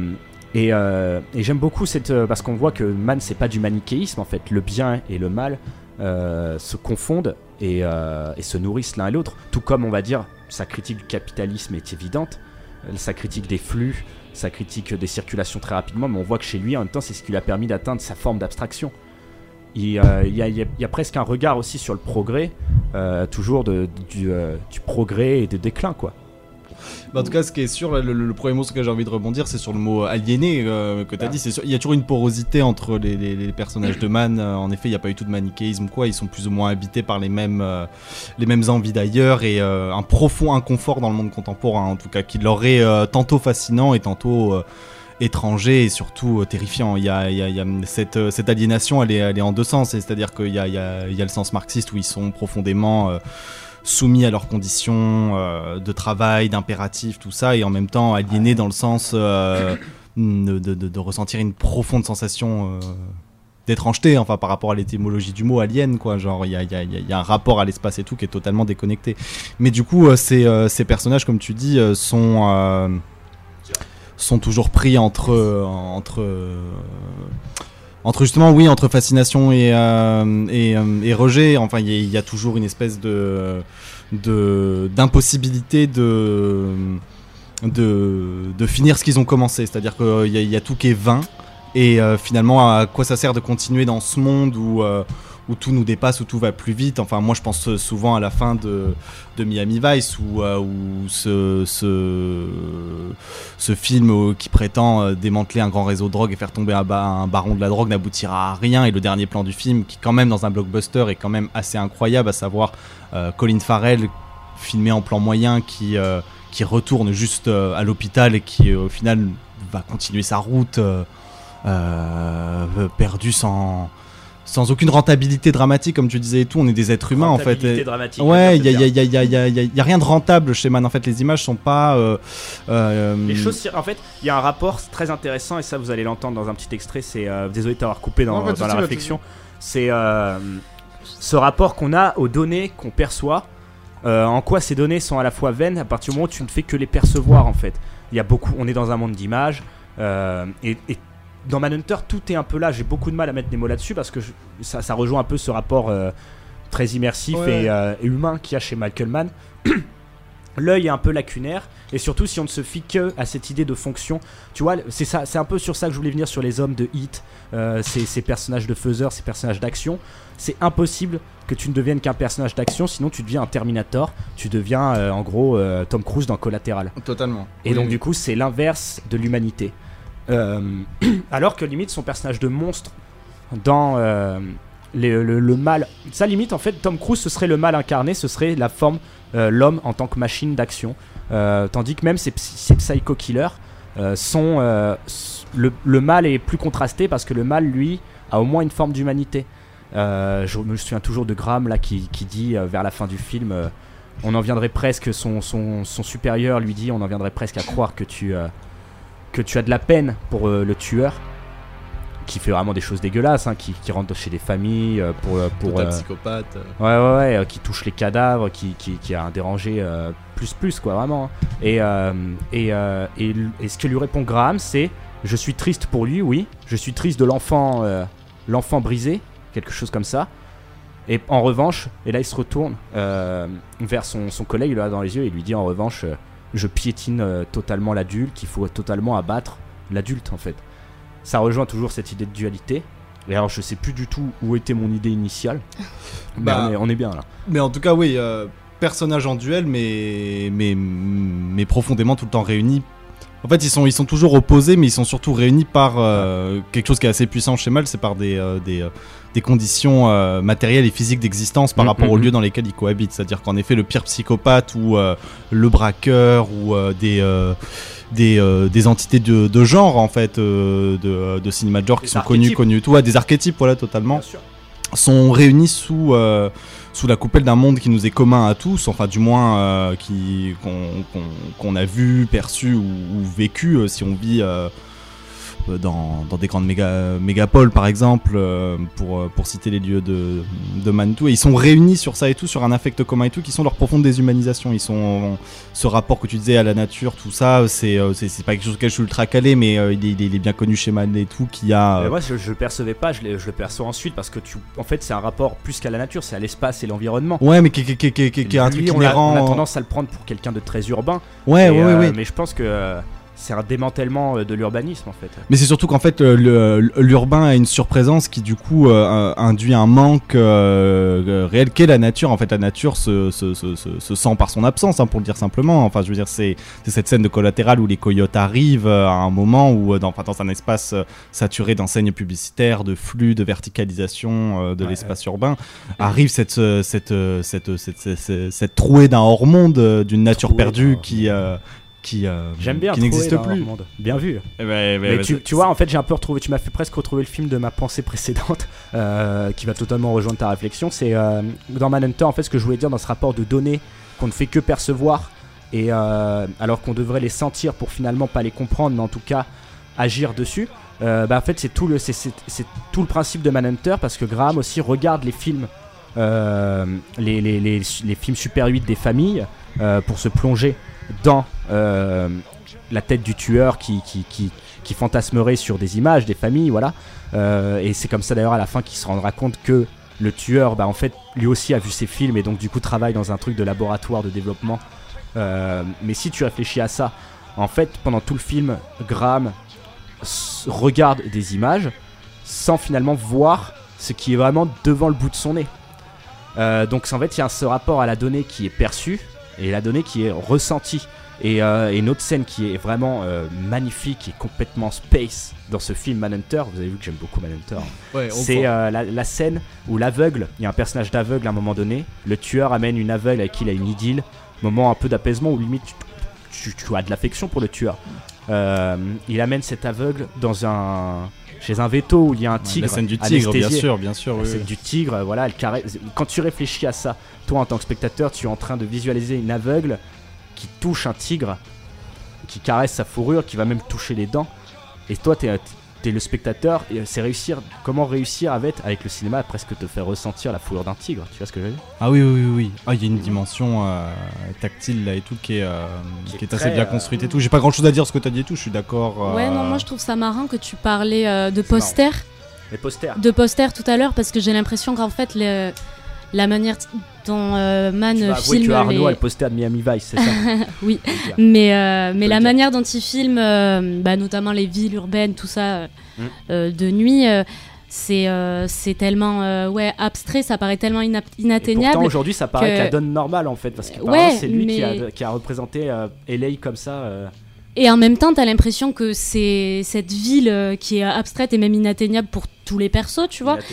[SPEAKER 9] j'aime beaucoup parce qu'on voit que Man, c'est pas du manichéisme en fait. Le bien et le mal se confondent et se nourrissent l'un et l'autre, tout comme on va dire sa critique du capitalisme est évidente, sa critique des flux, sa critique des circulations très rapidement, mais on voit que chez lui en même temps c'est ce qui lui a permis d'atteindre sa forme d'abstraction. Il y a presque un regard aussi sur le progrès, toujours du progrès et du déclin, quoi.
[SPEAKER 11] Bah en tout cas, ce qui est sûr, le premier mot sur lequel j'ai envie de rebondir, c'est sur le mot aliéné que tu as dit. C'est sûr, il y a toujours une porosité entre les personnages de Man. En effet, il n'y a pas eu tout de manichéisme, quoi. Ils sont plus ou moins habités par les mêmes envies d'ailleurs, et un profond inconfort dans le monde contemporain, en tout cas, qui leur est tantôt fascinant et tantôt étranger et surtout terrifiant. Il y a cette aliénation, elle est en deux sens. C'est-à-dire qu'il y a le sens marxiste où ils sont profondément soumis à leurs conditions de travail, d'impératifs, tout ça, et en même temps aliénés dans le sens de ressentir une profonde sensation d'étrangeté, enfin par rapport à l'étymologie du mot alien, quoi. Genre il y a un rapport à l'espace et tout qui est totalement déconnecté. Mais du coup ces personnages, comme tu dis, sont toujours pris entre justement, oui, entre fascination et rejet. Enfin, il y a toujours une espèce d'impossibilité de finir ce qu'ils ont commencé. C'est-à-dire qu'il y a tout qui est vain. Et finalement, à quoi ça sert de continuer dans ce monde où tout nous dépasse, où tout va plus vite. Enfin, moi je pense souvent à la fin de Miami Vice, où ce film qui prétend démanteler un grand réseau de drogue et faire tomber un baron de la drogue n'aboutira à rien. Et le dernier plan du film, qui quand même dans un blockbuster est quand même assez incroyable, à savoir Colin Farrell filmé en plan moyen qui retourne juste à l'hôpital et qui au final va continuer sa route perdu sans aucune rentabilité dramatique, comme tu disais et tout. On est des êtres humains en fait.
[SPEAKER 9] Dramatique,
[SPEAKER 11] ouais, il y a rien de rentable chez Man. En fait, les images sont pas.
[SPEAKER 9] Les choses. En fait, il y a un rapport très intéressant, et ça vous allez l'entendre dans un petit extrait. C'est désolé de t'avoir coupé dans la réflexion. C'est ce rapport qu'on a aux données qu'on perçoit. En quoi ces données sont à la fois vaines à partir du moment où tu ne fais que les percevoir, en fait. Il y a beaucoup. On est dans un monde d'images et dans Manhunter, tout est un peu là. J'ai beaucoup de mal à mettre des mots là-dessus parce que ça rejoint un peu ce rapport très immersif et humain qu'il y a chez Michael Mann. L'œil est un peu lacunaire, et surtout si on ne se fie que à cette idée de fonction. Tu vois, c'est un peu sur ça que je voulais venir sur les hommes de Hit, ces personnages de faiseurs, ces personnages d'action. C'est impossible que tu ne deviennes qu'un personnage d'action, sinon tu deviens un Terminator, tu deviens en gros Tom Cruise dans Collateral.
[SPEAKER 11] Totalement.
[SPEAKER 9] Et donc du coup c'est l'inverse de l'humanité. Alors que limite son personnage de monstre dans le mal, ça limite en fait Tom Cruise ce serait le mal incarné, ce serait la forme l'homme en tant que machine d'action, tandis que même ces psycho killers sont le mal est plus contrasté parce que le mal lui a au moins une forme d'humanité. Je me souviens toujours de Graham là qui dit vers la fin du film on en viendrait presque, son supérieur lui dit on en viendrait presque à croire que tu as de la peine pour le tueur. qui fait vraiment des choses dégueulasses, hein, qui rentre chez des familles pour
[SPEAKER 11] un psychopathe.
[SPEAKER 9] Ouais, qui touche les cadavres, qui a un dérangé plus quoi, vraiment. Et ce que lui répond Graham, c'est je suis triste pour lui, oui, je suis triste de l'enfant brisé, quelque chose comme ça. Et en revanche, et là il se retourne vers son collègue, il le regarde dans les yeux et lui dit en revanche, je piétine totalement l'adulte, il faut totalement abattre l'adulte en fait. Ça rejoint toujours cette idée de dualité. Et alors je sais plus du tout où était mon idée initiale, mais on est bien là.
[SPEAKER 11] Mais en tout cas oui, personnages en duel mais profondément tout le temps réunis. En fait ils sont toujours opposés mais ils sont surtout réunis par quelque chose qui est assez puissant chez Mal, c'est par des conditions matérielles et physiques d'existence par rapport aux lieux dans lesquels ils cohabitent. C'est-à-dire qu'en effet le pire psychopathe ou le braqueur ou des entités de genre en fait de cinéma de genre qui sont connus des archétypes voilà totalement. Bien sûr. Sont réunis sous la coupelle d'un monde qui nous est commun à tous, enfin du moins qu'on a vu, perçu ou vécu si on vit dans des grandes mégapoles par exemple, pour citer les lieux de Manitou, et ils sont réunis sur ça et tout, sur un affect commun et tout, qui sont leur profonde déshumanisation. Ils sont ce rapport que tu disais à la nature, tout ça, c'est pas quelque chose auquel je suis ultra calé, mais il est bien connu chez Man et tout, qui a.
[SPEAKER 9] Moi je le percevais pas, je le perçois ensuite parce que en fait c'est un rapport plus qu'à la nature, c'est à l'espace et l'environnement.
[SPEAKER 11] Ouais, mais qui est un truc inhérent.
[SPEAKER 9] On a tendance à le prendre pour quelqu'un de très urbain.
[SPEAKER 11] Ouais.
[SPEAKER 9] Mais je pense que c'est un démantèlement de l'urbanisme en fait.
[SPEAKER 11] Mais c'est surtout qu'en fait l'urbain a une surprésence qui du coup induit un manque réel qu'est la nature. En fait la nature se sent par son absence, hein, pour le dire simplement. Enfin je veux dire c'est cette scène de Collatéral où les coyotes arrivent à un moment où dans un espace saturé d'enseignes publicitaires, de flux, de verticalisation de l'espace urbain, arrive cette trouée d'un hors-monde, d'une nature perdue qui
[SPEAKER 9] j'aime bien,
[SPEAKER 11] qui n'existe plus.
[SPEAKER 9] Bien vu. Mais tu vois, en fait, j'ai un peu retrouvé. Tu m'as fait presque retrouver le film de ma pensée précédente, qui va totalement rejoindre ta réflexion. C'est dans Manhunter, en fait, ce que je voulais dire dans ce rapport de données qu'on ne fait que percevoir, et alors qu'on devrait les sentir pour finalement pas les comprendre, mais en tout cas agir dessus. En fait, c'est tout le principe de Manhunter, parce que Graham aussi regarde les films, les films Super 8 des familles, pour se plonger dans la tête du tueur qui fantasmerait sur des images des familles, voilà. Et c'est comme ça d'ailleurs à la fin qu'il se rendra compte que le tueur, en fait, lui aussi a vu ces films et donc du coup travaille dans un truc de laboratoire de développement. Mais si tu réfléchis à ça, en fait, pendant tout le film, Graham regarde des images sans finalement voir ce qui est vraiment devant le bout de son nez. Donc en fait, il y a ce rapport à la donnée qui est perçue et la donnée qui est ressentie. Et une autre scène qui est vraiment magnifique et complètement space dans ce film Manhunter, vous avez vu que j'aime beaucoup Manhunter,
[SPEAKER 11] ouais,
[SPEAKER 9] c'est la scène où l'aveugle, il y a un personnage d'aveugle à un moment donné, le tueur amène une aveugle avec qui il a une idylle, moment un peu d'apaisement où limite tu as de l'affection pour le tueur. Il amène cet aveugle chez un veto où il y a un tigre.
[SPEAKER 11] La scène du tigre, bien sûr.
[SPEAKER 9] La scène du tigre, voilà, elle caresse. Quand tu réfléchis à ça, toi en tant que spectateur, tu es en train de visualiser une aveugle qui touche un tigre, qui caresse sa fourrure, qui va même toucher les dents. Et toi, t'es le spectateur, et c'est comment réussir avec le cinéma, presque te faire ressentir la fourrure d'un tigre. Tu vois ce que je veux dire ?
[SPEAKER 11] Ah oui. Ah, il y a une dimension tactile là et tout qui est assez bien construite et tout. J'ai pas grand chose à dire sur ce que t'as dit et tout, je suis d'accord.
[SPEAKER 4] Ouais, non, moi je trouve ça marrant que tu parlais de posters.
[SPEAKER 9] Les posters.
[SPEAKER 4] De posters tout à l'heure, parce que j'ai l'impression qu'en fait, la manière dont Man filme
[SPEAKER 9] que Arnaud a le poster de Miami Vice, c'est ça?
[SPEAKER 4] Oui, mais la manière dont il filme, notamment les villes urbaines, tout ça, de nuit, c'est tellement abstrait, ça paraît tellement inatteignable.
[SPEAKER 9] Et pourtant aujourd'hui ça paraît que la donne normale en fait, parce que c'est lui qui a représenté LA comme ça.
[SPEAKER 4] Et en même temps, t'as l'impression que c'est cette ville qui est abstraite et même inatteignable pour tous les persos, tu vois.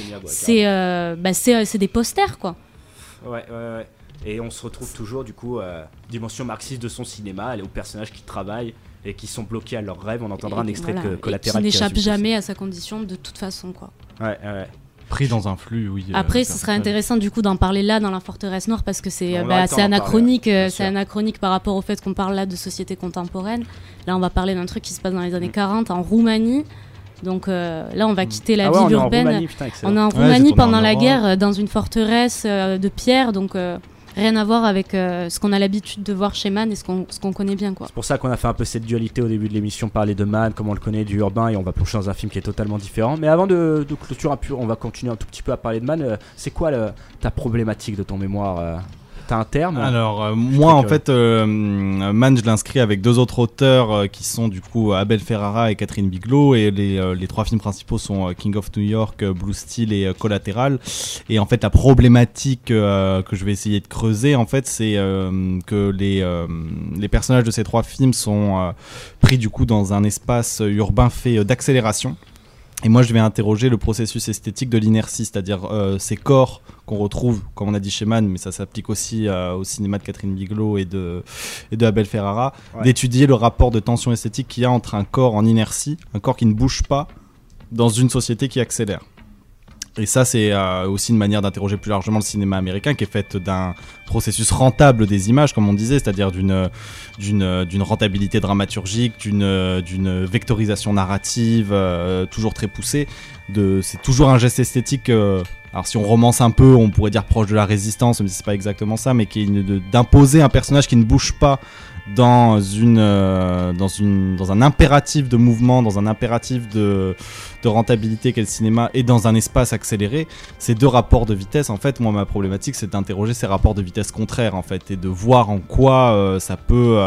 [SPEAKER 4] C'est des posters, quoi.
[SPEAKER 9] Ouais. Et on se retrouve toujours, du coup, dimension marxiste de son cinéma, aux personnages qui travaillent et qui sont bloqués à leurs rêves. On entendra un extrait de Collatéral.
[SPEAKER 4] Qui n'échappe jamais à sa condition de toute façon, quoi.
[SPEAKER 9] Ouais.
[SPEAKER 11] Pris dans un flux, oui.
[SPEAKER 4] Après, ce serait intéressant du coup d'en parler là dans la Forteresse Noire, parce que c'est anachronique, anachronique par rapport au fait qu'on parle là de société contemporaine. Là, on va parler d'un truc qui se passe dans les années 40 en Roumanie. Donc là, on va quitter la ville
[SPEAKER 9] on est
[SPEAKER 4] urbaine.
[SPEAKER 9] En Roumanie, putain,
[SPEAKER 4] on est en Roumanie pendant la guerre, dans une forteresse de pierre, donc rien à voir avec ce qu'on a l'habitude de voir chez Mann et ce qu'on connaît bien, quoi.
[SPEAKER 9] C'est pour ça qu'on a fait un peu cette dualité au début de l'émission, parler de Mann, comment on le connaît, du urbain, et on va plonger dans un film qui est totalement différent. Mais avant de clôturer on va continuer un tout petit peu à parler de Mann. C'est quoi ta problématique de ton mémoire T'as un terme?
[SPEAKER 11] Alors moi en fait Mann je l'inscris avec 2 autres auteurs qui sont du coup Abel Ferrara et Catherine Bigelow, et les 3 films principaux sont King of New York, Blue Steel et Collateral. Et en fait la problématique que je vais essayer de creuser en fait c'est que les personnages de ces 3 films sont pris du coup dans un espace urbain fait d'accélération. Et moi je vais interroger le processus esthétique de l'inertie, c'est-à-dire ces corps qu'on retrouve, comme on a dit chez Mann, mais ça s'applique aussi au cinéma de Catherine Bigelow et de Abel Ferrara, d'étudier le rapport de tension esthétique qu'il y a entre un corps en inertie, un corps qui ne bouge pas, dans une société qui accélère. Et ça, c'est aussi une manière d'interroger plus largement le cinéma américain, qui est fait d'un processus rentable des images, comme on disait, c'est-à-dire d'une rentabilité dramaturgique, d'une vectorisation narrative toujours très poussée. C'est toujours un geste esthétique. Alors si on romance un peu, on pourrait dire proche de la résistance, même si c'est pas exactement ça, mais qui est d'imposer un personnage qui ne bouge pas dans un impératif de mouvement, dans un impératif de rentabilité qu'est le cinéma, et dans un espace accéléré. Ces 2 rapports de vitesse, en fait, moi ma problématique c'est d'interroger ces rapports de vitesse contraires en fait, et de voir en quoi ça peut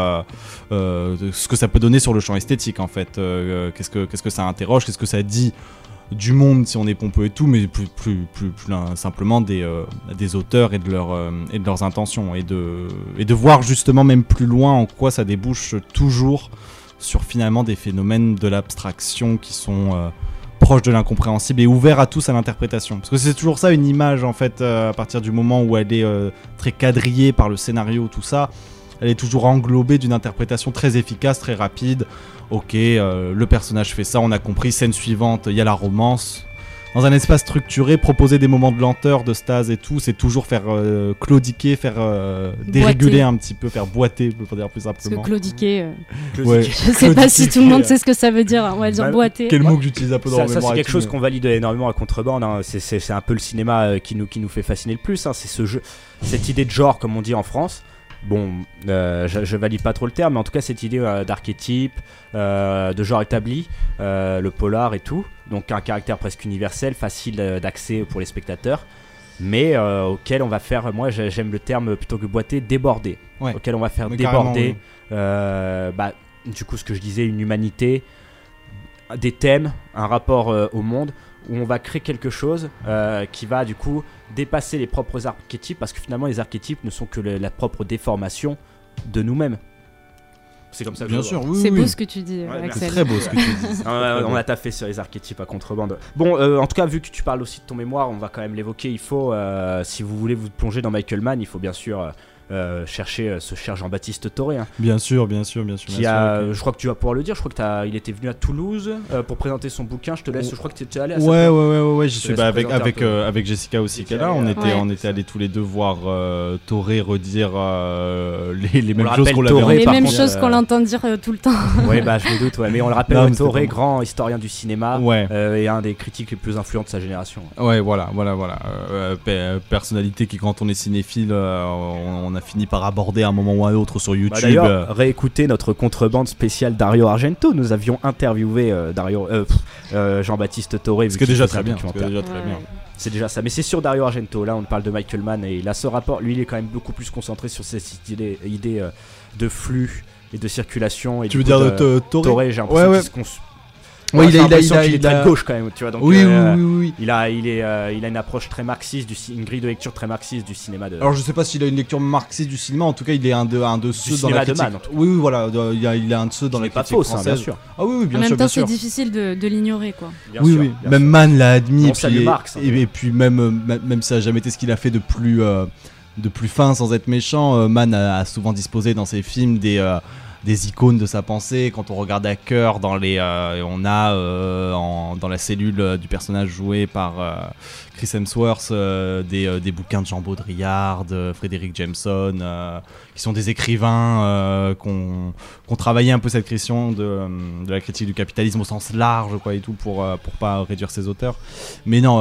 [SPEAKER 11] ce que ça peut donner sur le champ esthétique en fait. Qu'est-ce que ça interroge, qu'est-ce que ça dit du monde si on est pompeux et tout, mais plus simplement des auteurs et de leurs intentions, et de voir justement même plus loin en quoi ça débouche toujours sur finalement des phénomènes de l'abstraction qui sont proches de l'incompréhensible et ouverts à tous à l'interprétation, parce que c'est toujours ça une image en fait, à partir du moment où elle est très quadrillée par le scénario, tout ça, elle est toujours englobée d'une interprétation très efficace, très rapide. Ok, le personnage fait ça, on a compris, scène suivante, il y a la romance. Dans un espace structuré, proposer des moments de lenteur, de stase et tout, c'est toujours faire claudiquer, faire déréguler un petit peu, faire boiter, pour dire plus simplement.
[SPEAKER 4] Parce que claudiquer, je sais pas si tout le monde sait ce que ça veut dire, on va dire boiter.
[SPEAKER 11] Quel mot que j'utilise un peu dans le mémoire.
[SPEAKER 9] Ça c'est quelque chose qu'on valide énormément à Contrebande, hein. C'est un peu le cinéma qui nous fait fasciner le plus, hein. C'est ce jeu, cette idée de genre comme on dit en France. Bon, je valide pas trop le terme, mais en tout cas cette idée d'archétype, de genre établi, le polar et tout, donc un caractère presque universel, facile d'accès pour les spectateurs, mais auquel on va faire, moi j'aime le terme plutôt que boiter, déborder, auquel on va faire déborder, du coup ce que je disais, une humanité, des thèmes, un rapport au monde, où on va créer quelque chose qui va du coup dépasser les propres archétypes, parce que finalement les archétypes ne sont que la propre déformation de nous-mêmes. C'est comme ça que
[SPEAKER 11] bien sûr, oui,
[SPEAKER 4] c'est beau ce que tu dis, Axel.
[SPEAKER 11] C'est très beau ce que tu dis.
[SPEAKER 9] On a taffé sur les archétypes à Contrebande. Bon, en tout cas, vu que tu parles aussi de ton mémoire, on va quand même l'évoquer. Il faut, si vous voulez vous plonger dans Michael Mann, il faut bien sûr chercher ce cher Jean-Baptiste Toré. Hein,
[SPEAKER 11] bien sûr.
[SPEAKER 9] Je crois que tu vas pouvoir le dire. Je crois que il était venu à Toulouse pour présenter son bouquin. Je te laisse. Je crois que tu es allé à ça.
[SPEAKER 11] Ouais. J'y suis avec Jessica aussi qui est là. On était allés tous les deux voir Toré redire les mêmes choses qu'on l'avait.
[SPEAKER 4] Les mêmes choses qu'on l'entend dire tout le temps.
[SPEAKER 9] Oui, je me doute. Ouais. Mais on le rappelle, Toré, grand historien du cinéma, et un des critiques les plus influents de sa génération.
[SPEAKER 11] Ouais, voilà. Personnalité qui, quand on est cinéphile, on a fini par aborder à un moment ou à un autre sur YouTube.
[SPEAKER 9] D'ailleurs, réécoutez notre Contrebande spéciale Dario Argento. Nous avions interviewé Jean-Baptiste Toré.
[SPEAKER 11] Ce qui est déjà très bien.
[SPEAKER 9] C'est déjà ça. Mais c'est sur Dario Argento. Là, on parle de Michael Mann. Et là, ce rapport, lui, il est quand même beaucoup plus concentré sur cette idée de flux et de circulation. Et
[SPEAKER 11] tu veux dire de
[SPEAKER 9] Toré, j'ai l'impression qu'il
[SPEAKER 11] il
[SPEAKER 9] est très de gauche quand même, tu vois. Donc,
[SPEAKER 11] oui.
[SPEAKER 9] Il a une approche très marxiste, une grille de lecture très marxiste du cinéma.
[SPEAKER 11] Alors je sais pas s'il a une lecture marxiste du cinéma, en tout cas il est un de ceux dans la critique. Oui, voilà, il a un de ceux dans la critique française.
[SPEAKER 9] Hein, bien sûr.
[SPEAKER 11] Ah oui, bien sûr.
[SPEAKER 4] En même temps, c'est difficile de l'ignorer, quoi.
[SPEAKER 11] Bien sûr. Même Mann l'a admis.
[SPEAKER 9] Et
[SPEAKER 11] puis même si ça n'a jamais été ce qu'il a fait de plus fin, sans être méchant, Mann a souvent disposé dans ses films des icônes de sa pensée. Quand on regarde Hacker, dans la cellule du personnage joué par Chris Hemsworth, des bouquins de Jean Baudrillard, de Frédéric Jameson, qui sont des écrivains qu'on travaillait un peu cette question de la critique du capitalisme au sens large, quoi, et tout, pour pas réduire ses auteurs. Mais non,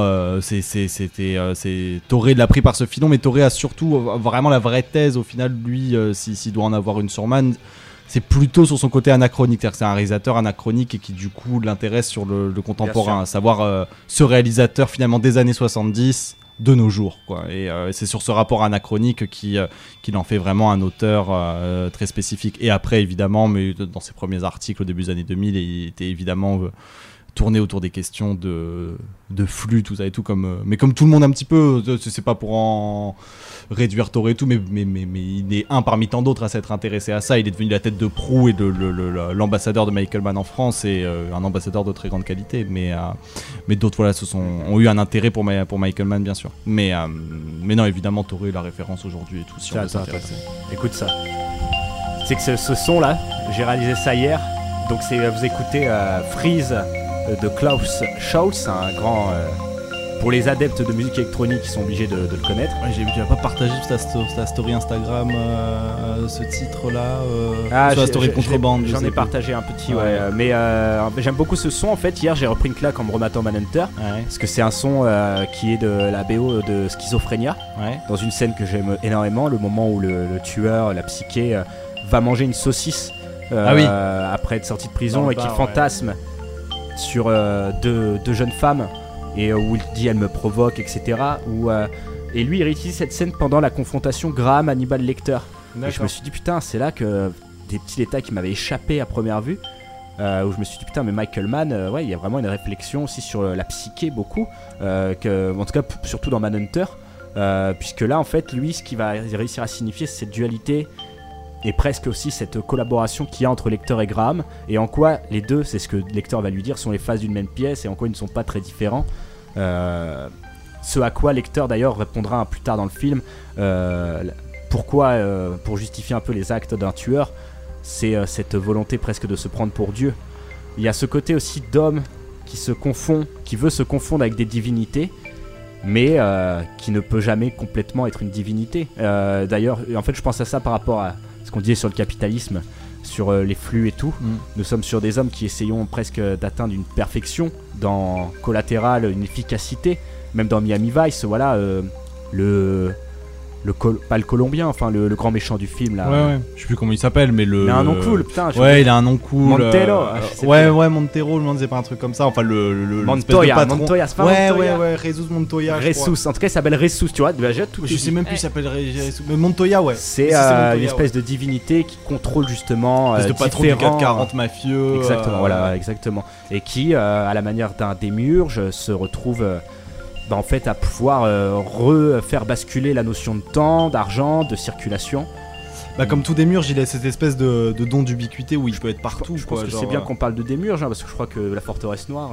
[SPEAKER 11] Toré l'a pris par ce filon, mais Toré a surtout vraiment la vraie thèse au final, lui, s'il doit en avoir une sur Mann, c'est plutôt sur son côté anachronique, c'est-à-dire que c'est un réalisateur anachronique et qui du coup l'intéresse sur le contemporain, à savoir ce réalisateur finalement des années 70 de nos jours, quoi. Et c'est sur ce rapport anachronique qu'il en fait vraiment un auteur très spécifique. Et après évidemment, mais dans ses premiers articles au début des années 2000, il était évidemment tourné autour des questions de flux, tout ça et tout, mais comme tout le monde un petit peu, c'est pas pour en réduire Toré et tout, mais il est un parmi tant d'autres à s'être intéressé à ça. Il est devenu la tête de proue et l'ambassadeur de Michael Mann en France, et un ambassadeur de très grande qualité, mais d'autres voilà, ont eu un intérêt pour Michael Mann, bien sûr, mais non, évidemment Toré est la référence aujourd'hui et tout, si on veut s'intéresser.
[SPEAKER 9] Écoute ça, c'est que ce son là, j'ai réalisé ça hier, donc vous écoutez Freeze de Klaus Schulze, un grand pour les adeptes de musique électronique qui sont obligés de le connaître.
[SPEAKER 11] Ouais, j'ai vu qu'il n'avait pas partagé ta story Instagram ce titre-là, sur la story Contrebande.
[SPEAKER 9] J'en ai partagé un petit, mais j'aime beaucoup ce son. En fait, hier j'ai repris une claque en me remettant Manhunter, parce que c'est un son qui est de la BO de Schizophrénia, dans une scène que j'aime énormément, le moment où le tueur, la psyché, va manger une saucisse après être sorti de prison et qui fantasme sur deux jeunes femmes, et où il dit elle me provoque, etc. Et lui il réutilise cette scène pendant la confrontation Graham-Hannibal Lecter. Et je me suis dit putain, c'est là que des petits détails qui m'avaient échappé à première vue, où je me suis dit putain, mais Michael Mann, il y a vraiment une réflexion aussi sur la psyché, beaucoup, en tout cas surtout dans Manhunter, puisque là en fait lui ce qu'il va réussir à signifier, c'est cette dualité et presque aussi cette collaboration qu'il y a entre Lecter et Graham, et en quoi les deux, c'est ce que Lecter va lui dire, sont les faces d'une même pièce, et en quoi ils ne sont pas très différents. Ce à quoi Lecter d'ailleurs répondra plus tard dans le film, pourquoi, pour justifier un peu les actes d'un tueur, c'est cette volonté presque de se prendre pour Dieu. Il y a ce côté aussi d'homme qui veut se confondre avec des divinités, mais qui ne peut jamais complètement être une divinité. D'ailleurs, en fait je pense à ça par rapport à ce qu'on disait sur le capitalisme, sur les flux et tout. Nous sommes sur des hommes qui essayons presque d'atteindre une perfection dans Collatéral, une efficacité, même dans Miami Vice, voilà, pas le Colombien, enfin le grand méchant du film là.
[SPEAKER 11] Ouais. Je sais plus comment il s'appelle, mais
[SPEAKER 9] il a un nom cool, putain.
[SPEAKER 11] Il a un nom cool.
[SPEAKER 9] Montero.
[SPEAKER 11] Montero, je me demande, c'est pas un truc comme ça. Enfin
[SPEAKER 9] Montoya, c'est pas Montoya.
[SPEAKER 11] Ouais, Jesus Montoya.
[SPEAKER 9] Jesus, en tout cas il s'appelle Jesus, tu vois.
[SPEAKER 11] Je sais même plus, il s'appelle Jesus, mais Montoya, ouais.
[SPEAKER 9] C'est une espèce de divinité qui contrôle justement
[SPEAKER 11] de patron du 440 mafieux.
[SPEAKER 9] Exactement, voilà, exactement. Et qui, à la manière d'un démiurge, se retrouve en fait à pouvoir refaire basculer la notion de temps, d'argent, de circulation.
[SPEAKER 11] Comme tout démiurge, il a cette espèce de don d'ubiquité où il peut être partout.
[SPEAKER 9] Je pense que c'est bien qu'on parle de démiurge, parce que je crois que la forteresse noire.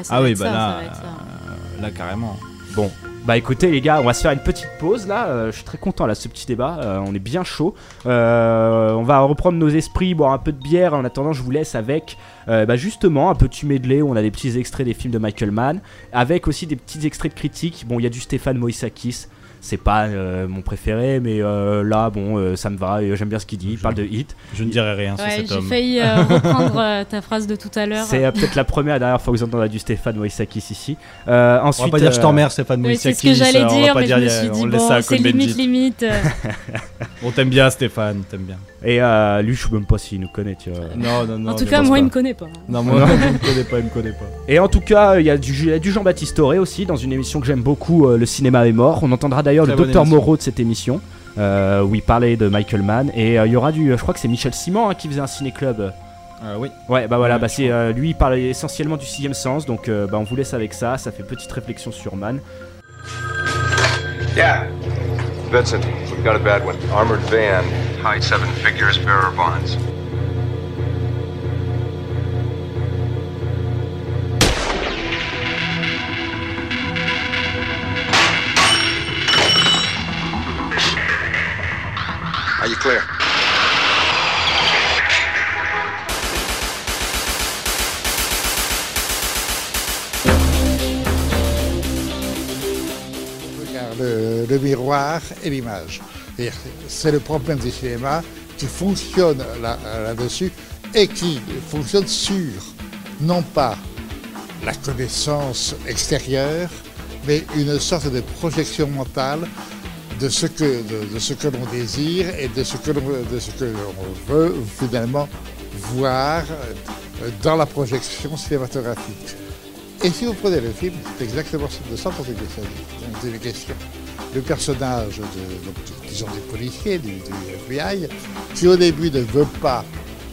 [SPEAKER 11] Là carrément.
[SPEAKER 9] Bon, écoutez les gars, on va se faire une petite pause là. Je suis très content là, ce petit débat. On est bien chaud. On va reprendre nos esprits, boire un peu de bière. En attendant, je vous laisse avec justement un petit medley où on a des petits extraits des films de Michael Mann, avec aussi des petits extraits de critiques. Bon, il y a du Stéphane Moïsakis. C'est pas mon préféré, mais là, ça me va. J'aime bien ce qu'il dit. Il parle de Hit.
[SPEAKER 11] Je ne dirai rien sur cet homme.
[SPEAKER 4] J'ai failli reprendre ta phrase de tout à l'heure.
[SPEAKER 9] C'est peut-être la première et dernière fois que vous entendez du Stéphane Moïsakis ici. Ensuite,
[SPEAKER 11] on va pas dire je t'emmerde, Stéphane Moïsakis.
[SPEAKER 4] C'est ce que j'allais dire, mais je me suis dit, c'est limite.
[SPEAKER 11] On t'aime bien, Stéphane, t'aime bien.
[SPEAKER 9] Et lui, je sais même pas s'il nous connaît, tu vois.
[SPEAKER 11] Non.
[SPEAKER 4] En tout cas, moi, il me connaît pas.
[SPEAKER 11] Non, moi, il me connaît pas.
[SPEAKER 9] Et en tout cas, il y a du Jean-Baptiste Toré aussi, dans une émission que j'aime beaucoup, Le cinéma est mort. On entendra d'ailleurs le docteur Moreau de cette émission, où il parlait de Michael Mann. Et il y aura je crois que c'est Michel Simon qui faisait un ciné-club.
[SPEAKER 11] Oui.
[SPEAKER 9] Ouais, voilà, c'est lui, il parle essentiellement du 6ème sens. Donc, on vous laisse avec ça. Ça fait petite réflexion sur Mann.
[SPEAKER 10] Yeah. Vincent, we've got a bad one. Armored van, high 7 figures, bearer bonds. Are you clear?
[SPEAKER 12] le miroir et l'image. C'est le problème du cinéma qui fonctionne là-dessus et qui fonctionne sur, non pas la connaissance extérieure, mais une sorte de projection mentale de ce que l'on désire et de ce que l'on veut finalement voir dans la projection cinématographique. Et si vous prenez le film, c'est exactement de ça dont il est question. Le personnage disons des policiers, du FBI, qui au début ne veut pas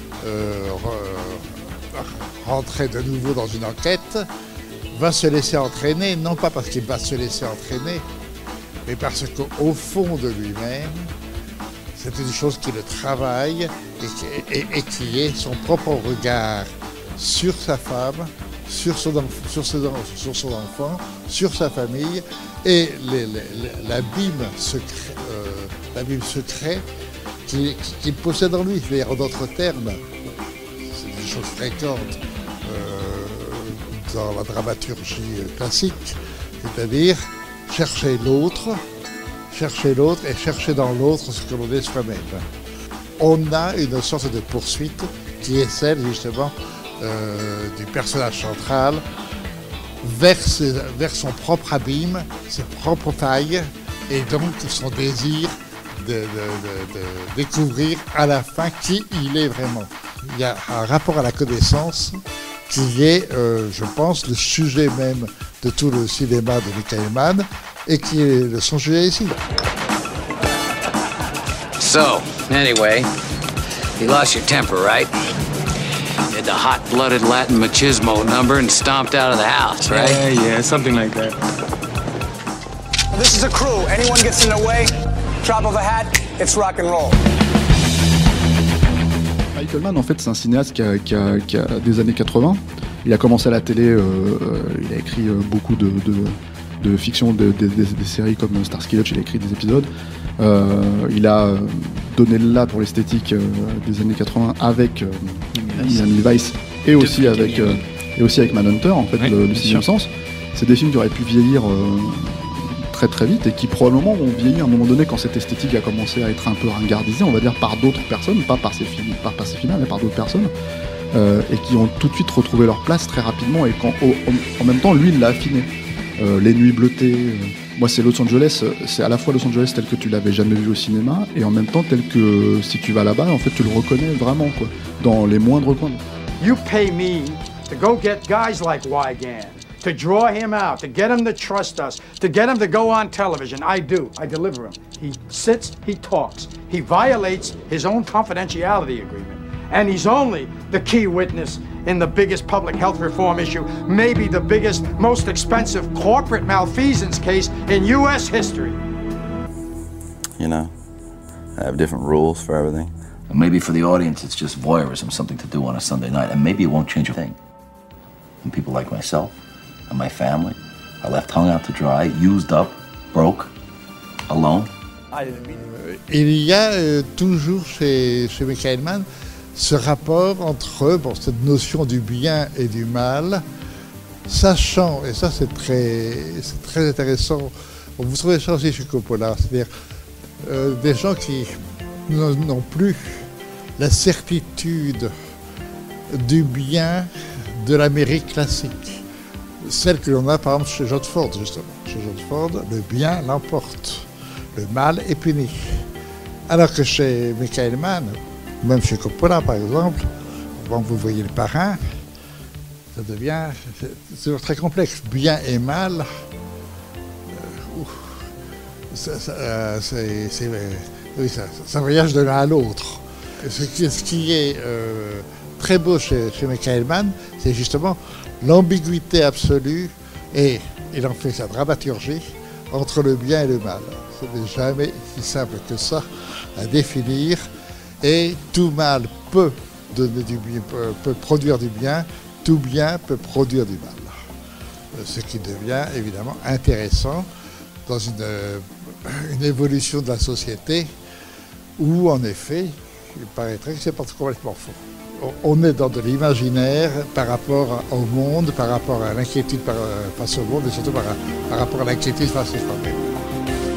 [SPEAKER 12] rentrer de nouveau dans une enquête, va se laisser entraîner, non pas parce qu'il va se laisser entraîner, mais parce qu'au fond de lui-même, c'est une chose qui le travaille et qui est son propre regard sur sa femme, sur son enfant, sur sa famille, et l'abîme secret qu'il possède en lui. En d'autres termes, c'est des choses fréquentes dans la dramaturgie classique, c'est-à-dire chercher l'autre et chercher dans l'autre ce que l'on est soi-même. On a une sorte de poursuite qui est celle justement du personnage central vers son propre abîme, ses propres failles, et donc son désir de découvrir à la fin qui il est vraiment. Il y a un rapport à la connaissance qui est, je pense, le sujet même de tout le cinéma de Michael Mann, et qui est son sujet ici.
[SPEAKER 6] So, anyway, you lost your temper, right? You had the hot-blooded Latin machismo number and stomped out of the house, right?
[SPEAKER 13] Yeah, something like that.
[SPEAKER 14] This is a crew. Anyone gets in the way, drop of a hat, it's rock and roll.
[SPEAKER 15] Michael Mann, en fait, c'est un cinéaste qui a des années 80. Il a commencé à la télé, il a écrit beaucoup de fiction, des séries comme Starsky Hutch, il a écrit des épisodes. Il a donné le là pour l'esthétique des années 80 avec Miami Vice et aussi avec Manhunter, en fait, le sixième sens. C'est des films qui auraient pu vieillir très très vite et qui probablement ont vieilli à un moment donné quand cette esthétique a commencé à être un peu ringardisée, on va dire, par d'autres personnes, pas par ses films, mais par d'autres personnes, et qui ont tout de suite retrouvé leur place très rapidement, et en même temps lui il l'a affiné. Les Nuits bleutées, moi c'est Los Angeles, c'est à la fois Los Angeles tel que tu l'avais jamais vu au cinéma, et en même temps tel que si tu vas là-bas, en fait tu le reconnais vraiment, quoi, dans les moindres coins.
[SPEAKER 16] You pay me to go get guys like Wygan, to draw him out, to get him to trust us, to get him to go on television. I do. I deliver him. He sits, he talks. He violates his own confidentiality agreement. And he's only the key witness in the biggest public health reform issue, maybe the biggest, most expensive corporate malfeasance case in U.S. history.
[SPEAKER 17] You know, I have different rules for everything.
[SPEAKER 7] And maybe for the audience it's just voyeurism, something to do on a Sunday night, and maybe it won't change a thing. And people like myself and my family are left hung out to dry, used up, broke, alone.
[SPEAKER 12] Il y a toujours chez Michael Mann ce rapport entre cette notion du bien et du mal, sachant, et ça c'est très intéressant, vous trouvez ça aussi chez Coppola, c'est-à-dire des gens qui n'ont plus la certitude du bien de l'Amérique classique, celle que l'on a par exemple chez John Ford, justement. Chez John Ford, le bien l'emporte, le mal est puni. Alors que chez Michael Mann, même chez Coppola par exemple, quand vous voyez le parrain, ça devient toujours très complexe. Bien et mal, ça voyage de l'un à l'autre. Ce qui est très beau chez Michael Mann, c'est justement l'ambiguïté absolue, et il en fait sa dramaturgie, entre le bien et le mal. Ce n'est jamais si simple que ça à définir, et tout mal peut donner du bien, peut produire du bien, tout bien peut produire du mal. Ce qui devient évidemment intéressant dans une évolution de la société où, en effet, il paraîtrait que c'est pas complètement faux. On est dans de l'imaginaire par rapport au monde, par rapport à l'inquiétude face au monde, et surtout par rapport à l'inquiétude face à soi-même.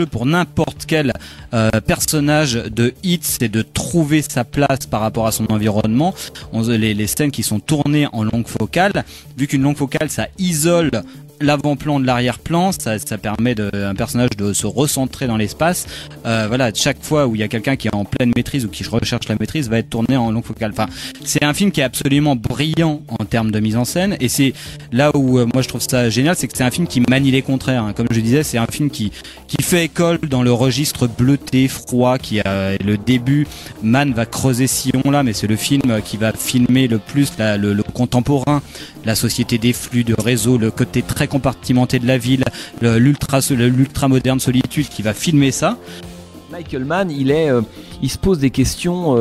[SPEAKER 13] l'enjeu pour n'importe quel personnage de Hit, c'est de trouver sa place par rapport à son environnement. Les scènes qui sont tournées en longue focale, vu qu'une longue focale ça isole l'avant-plan de l'arrière-plan, ça permet à un personnage de se recentrer dans l'espace. Voilà, chaque fois où il y a quelqu'un qui est en pleine maîtrise ou qui recherche la maîtrise va être tourné en longue focale. Enfin, c'est un film qui est absolument brillant en termes de mise en scène, et c'est là où moi je trouve ça génial, c'est que c'est un film qui manie les contraires. Hein. Comme je disais, c'est un film qui fait école dans le registre bleuté, froid, qui a le début. Mann va creuser ce sillon-là, mais c'est le film qui va filmer le plus le contemporain, la société des flux de réseau, le côté très compartimenté de la ville, l'ultra moderne solitude qui va filmer ça.
[SPEAKER 18] Michael Mann, il se pose des questions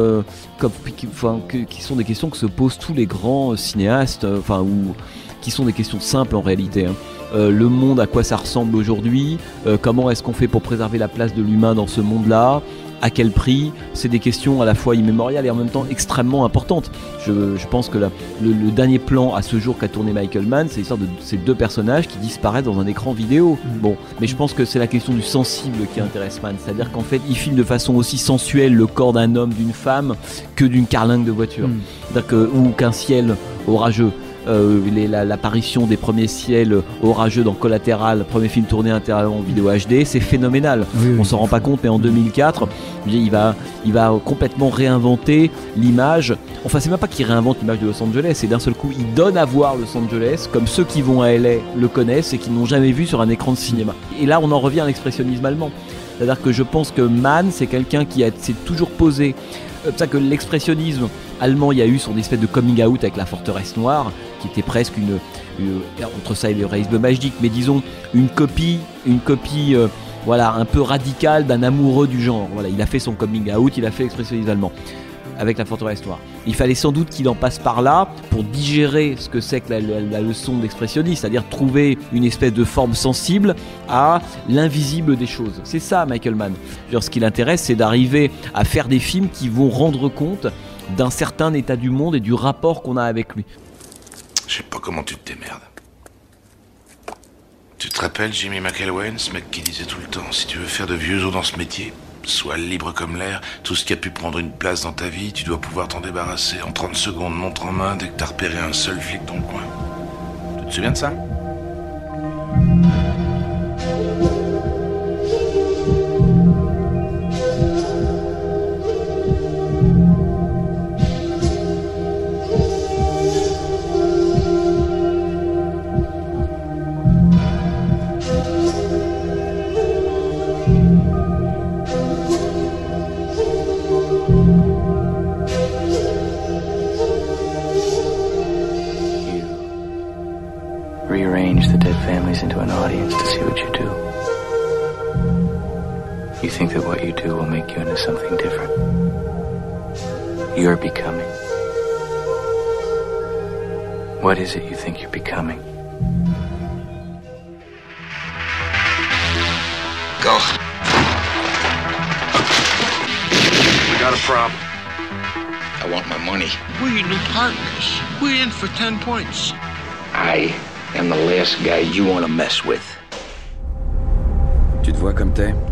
[SPEAKER 18] qui sont des questions que se posent tous les grands cinéastes, ou qui sont des questions simples en réalité. Hein. Le monde, à quoi ça ressemble aujourd'hui, comment est-ce qu'on fait pour préserver la place de l'humain dans ce monde-là, à quel prix. C'est des questions à la fois immémoriales et en même temps extrêmement importantes. Je pense que le dernier plan à ce jour qu'a tourné Michael Mann, c'est l'histoire de ces deux personnages qui disparaissent dans un écran vidéo. Bon, mais je pense que c'est la question du sensible qui intéresse Mann, c'est-à-dire qu'en fait il filme de façon aussi sensuelle le corps d'un homme, d'une femme, que d'une carlingue de voiture, ou qu'un ciel orageux. L'apparition des premiers ciels orageux dans Collatéral, premier film tourné intégralement en vidéo HD, c'est phénoménal. On s'en rend pas compte, mais en 2004, il va complètement réinventer l'image. Enfin, c'est même pas qu'il réinvente l'image de Los Angeles, c'est d'un seul coup, il donne à voir Los Angeles comme ceux qui vont à LA le connaissent et qui n'ont jamais vu sur un écran de cinéma. Et là, on en revient à l'expressionnisme allemand. C'est-à-dire que je pense que Mann, c'est quelqu'un qui s'est toujours posé. C'est pour ça que l'expressionnisme allemand, il y a eu son espèce de coming out avec La Forteresse Noire, qui était presque entre ça et le réalisme magique, mais disons une copie un peu radicale d'un amoureux du genre. Voilà, il a fait son coming out, il a fait l'expressionnisme allemand avec La Forteresse Noire. Il fallait sans doute qu'il en passe par là pour digérer ce que c'est que la leçon d'expressionnisme, c'est-à-dire trouver une espèce de forme sensible à l'invisible des choses. C'est ça Michael Mann. Ce qui l'intéresse, c'est d'arriver à faire des films qui vont rendre compte d'un certain état du monde et du rapport qu'on a avec lui.
[SPEAKER 19] Je sais pas comment tu te démerdes. Tu te rappelles Jimmy McElwain, ce mec qui disait tout le temps, si tu veux faire de vieux os dans ce métier, sois libre comme l'air, tout ce qui a pu prendre une place dans ta vie, tu dois pouvoir t'en débarrasser en 30 secondes, montre en main, dès que t'as repéré un seul flic dans le coin. Tu te souviens de ça ?
[SPEAKER 6] Rearrange the dead families into an audience to see what you do. You think that what you do will make you into something different. You're becoming. What is it you think you're becoming?
[SPEAKER 19] Go. We got a problem. I want my money.
[SPEAKER 20] We're new partners. We're in for 10 points.
[SPEAKER 6] I am the last guy you want to mess with.
[SPEAKER 21] Tu te vois comme t'es?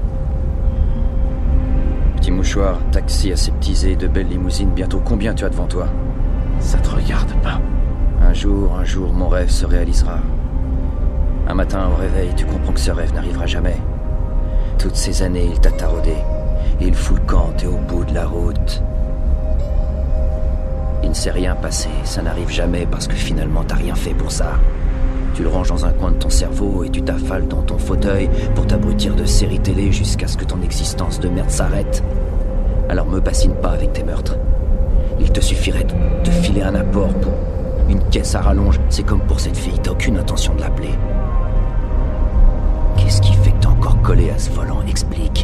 [SPEAKER 21] Petit mouchoir, taxi aseptisé, de belles limousines, bientôt combien tu as devant toi? Ça te regarde pas. Un jour, mon rêve se réalisera. Un matin, au réveil, tu comprends que ce rêve n'arrivera jamais. Toutes ces années, il t'a taraudé. Il fout le camp, t'es au bout de la route. Il ne s'est rien passé, ça n'arrive jamais parce que finalement t'as rien fait pour ça. Tu le ranges dans un coin de ton cerveau et tu t'affales dans ton fauteuil pour t'abrutir de séries télé jusqu'à ce que ton existence de merde s'arrête. Alors me bassine pas avec tes meurtres. Il te suffirait de te filer un apport pour une caisse à rallonge. C'est comme pour cette fille, t'as aucune intention de l'appeler. Qu'est-ce qui fait que t'es encore collé à ce volant? Explique.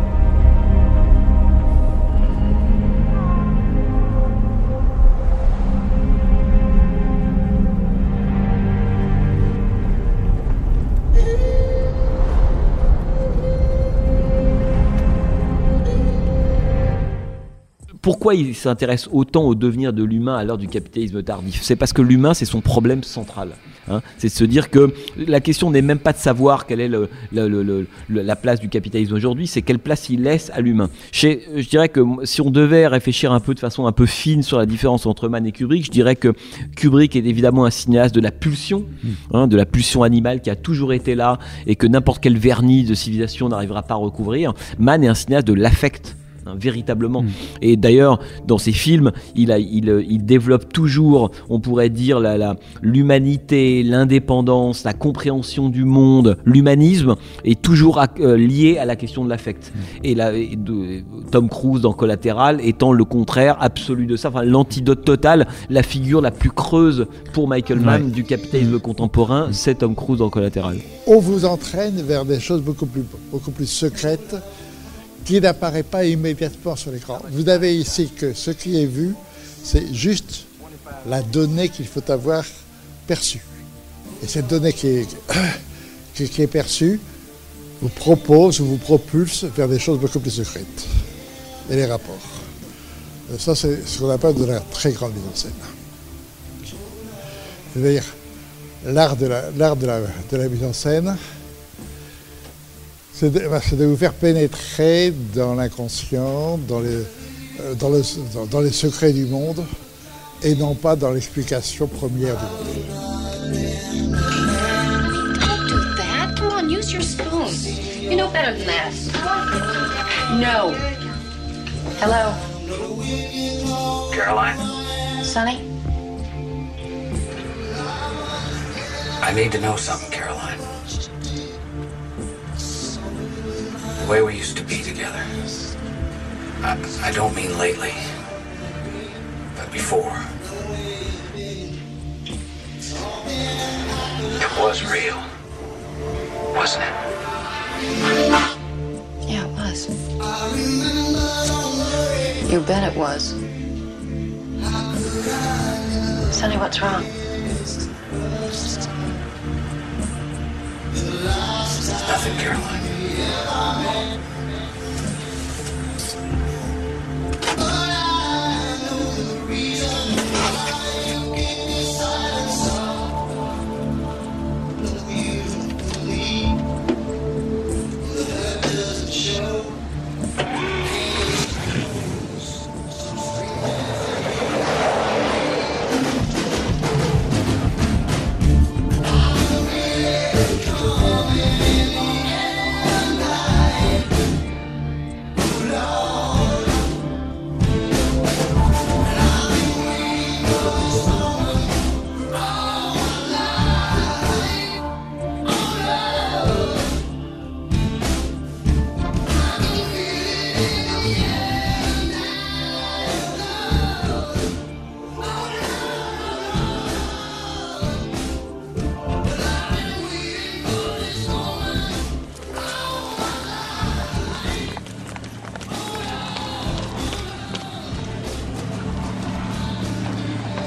[SPEAKER 18] Pourquoi il s'intéresse autant au devenir de l'humain à l'heure du capitalisme tardif? C'est parce que l'humain, c'est son problème central. Hein. C'est de se dire que la question n'est même pas de savoir quelle est la place du capitalisme aujourd'hui, c'est quelle place il laisse à l'humain. Je dirais que si on devait réfléchir un peu de façon un peu fine sur la différence entre Mann et Kubrick, je dirais que Kubrick est évidemment un cinéaste de la pulsion, de la pulsion animale qui a toujours été là et que n'importe quel vernis de civilisation n'arrivera pas à recouvrir. Mann est un cinéaste de l'affect. Véritablement. Et d'ailleurs, dans ses films, il développe toujours, on pourrait dire, l'humanité, l'indépendance, la compréhension du monde, l'humanisme est toujours lié à la question de l'affect. Et Tom Cruise dans Collatéral étant le contraire absolu de ça, enfin l'antidote total, la figure la plus creuse pour Michael Mann du capitalisme contemporain, c'est Tom Cruise dans Collatéral.
[SPEAKER 12] On vous entraîne vers des choses beaucoup plus secrètes, qui n'apparaît pas immédiatement sur l'écran. Vous avez ici que ce qui est vu, c'est juste la donnée qu'il faut avoir perçue. Et cette donnée qui est perçue vous propose ou vous propulse vers des choses beaucoup plus secrètes. Et les rapports. Ça, c'est ce qu'on appelle de la très grande mise en scène. C'est-à-dire l'art de la mise en scène, c'est de vous faire pénétrer dans l'inconscient, dans les secrets du monde, et non pas dans l'explication première du monde.
[SPEAKER 8] Don't do that. Come on, use your spoon. You know better than that. No. Hello.
[SPEAKER 6] Caroline,
[SPEAKER 8] Sonny?
[SPEAKER 6] I need to know something, Caroline. The way we used to be together. I don't mean lately, but before. It was real, wasn't it?
[SPEAKER 8] Yeah, it was. You bet it was. Sonny, what's wrong?
[SPEAKER 6] Nothing, Caroline.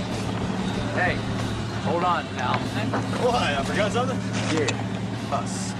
[SPEAKER 14] Hey, hold on, pal. What? I forgot something? Yeah, us.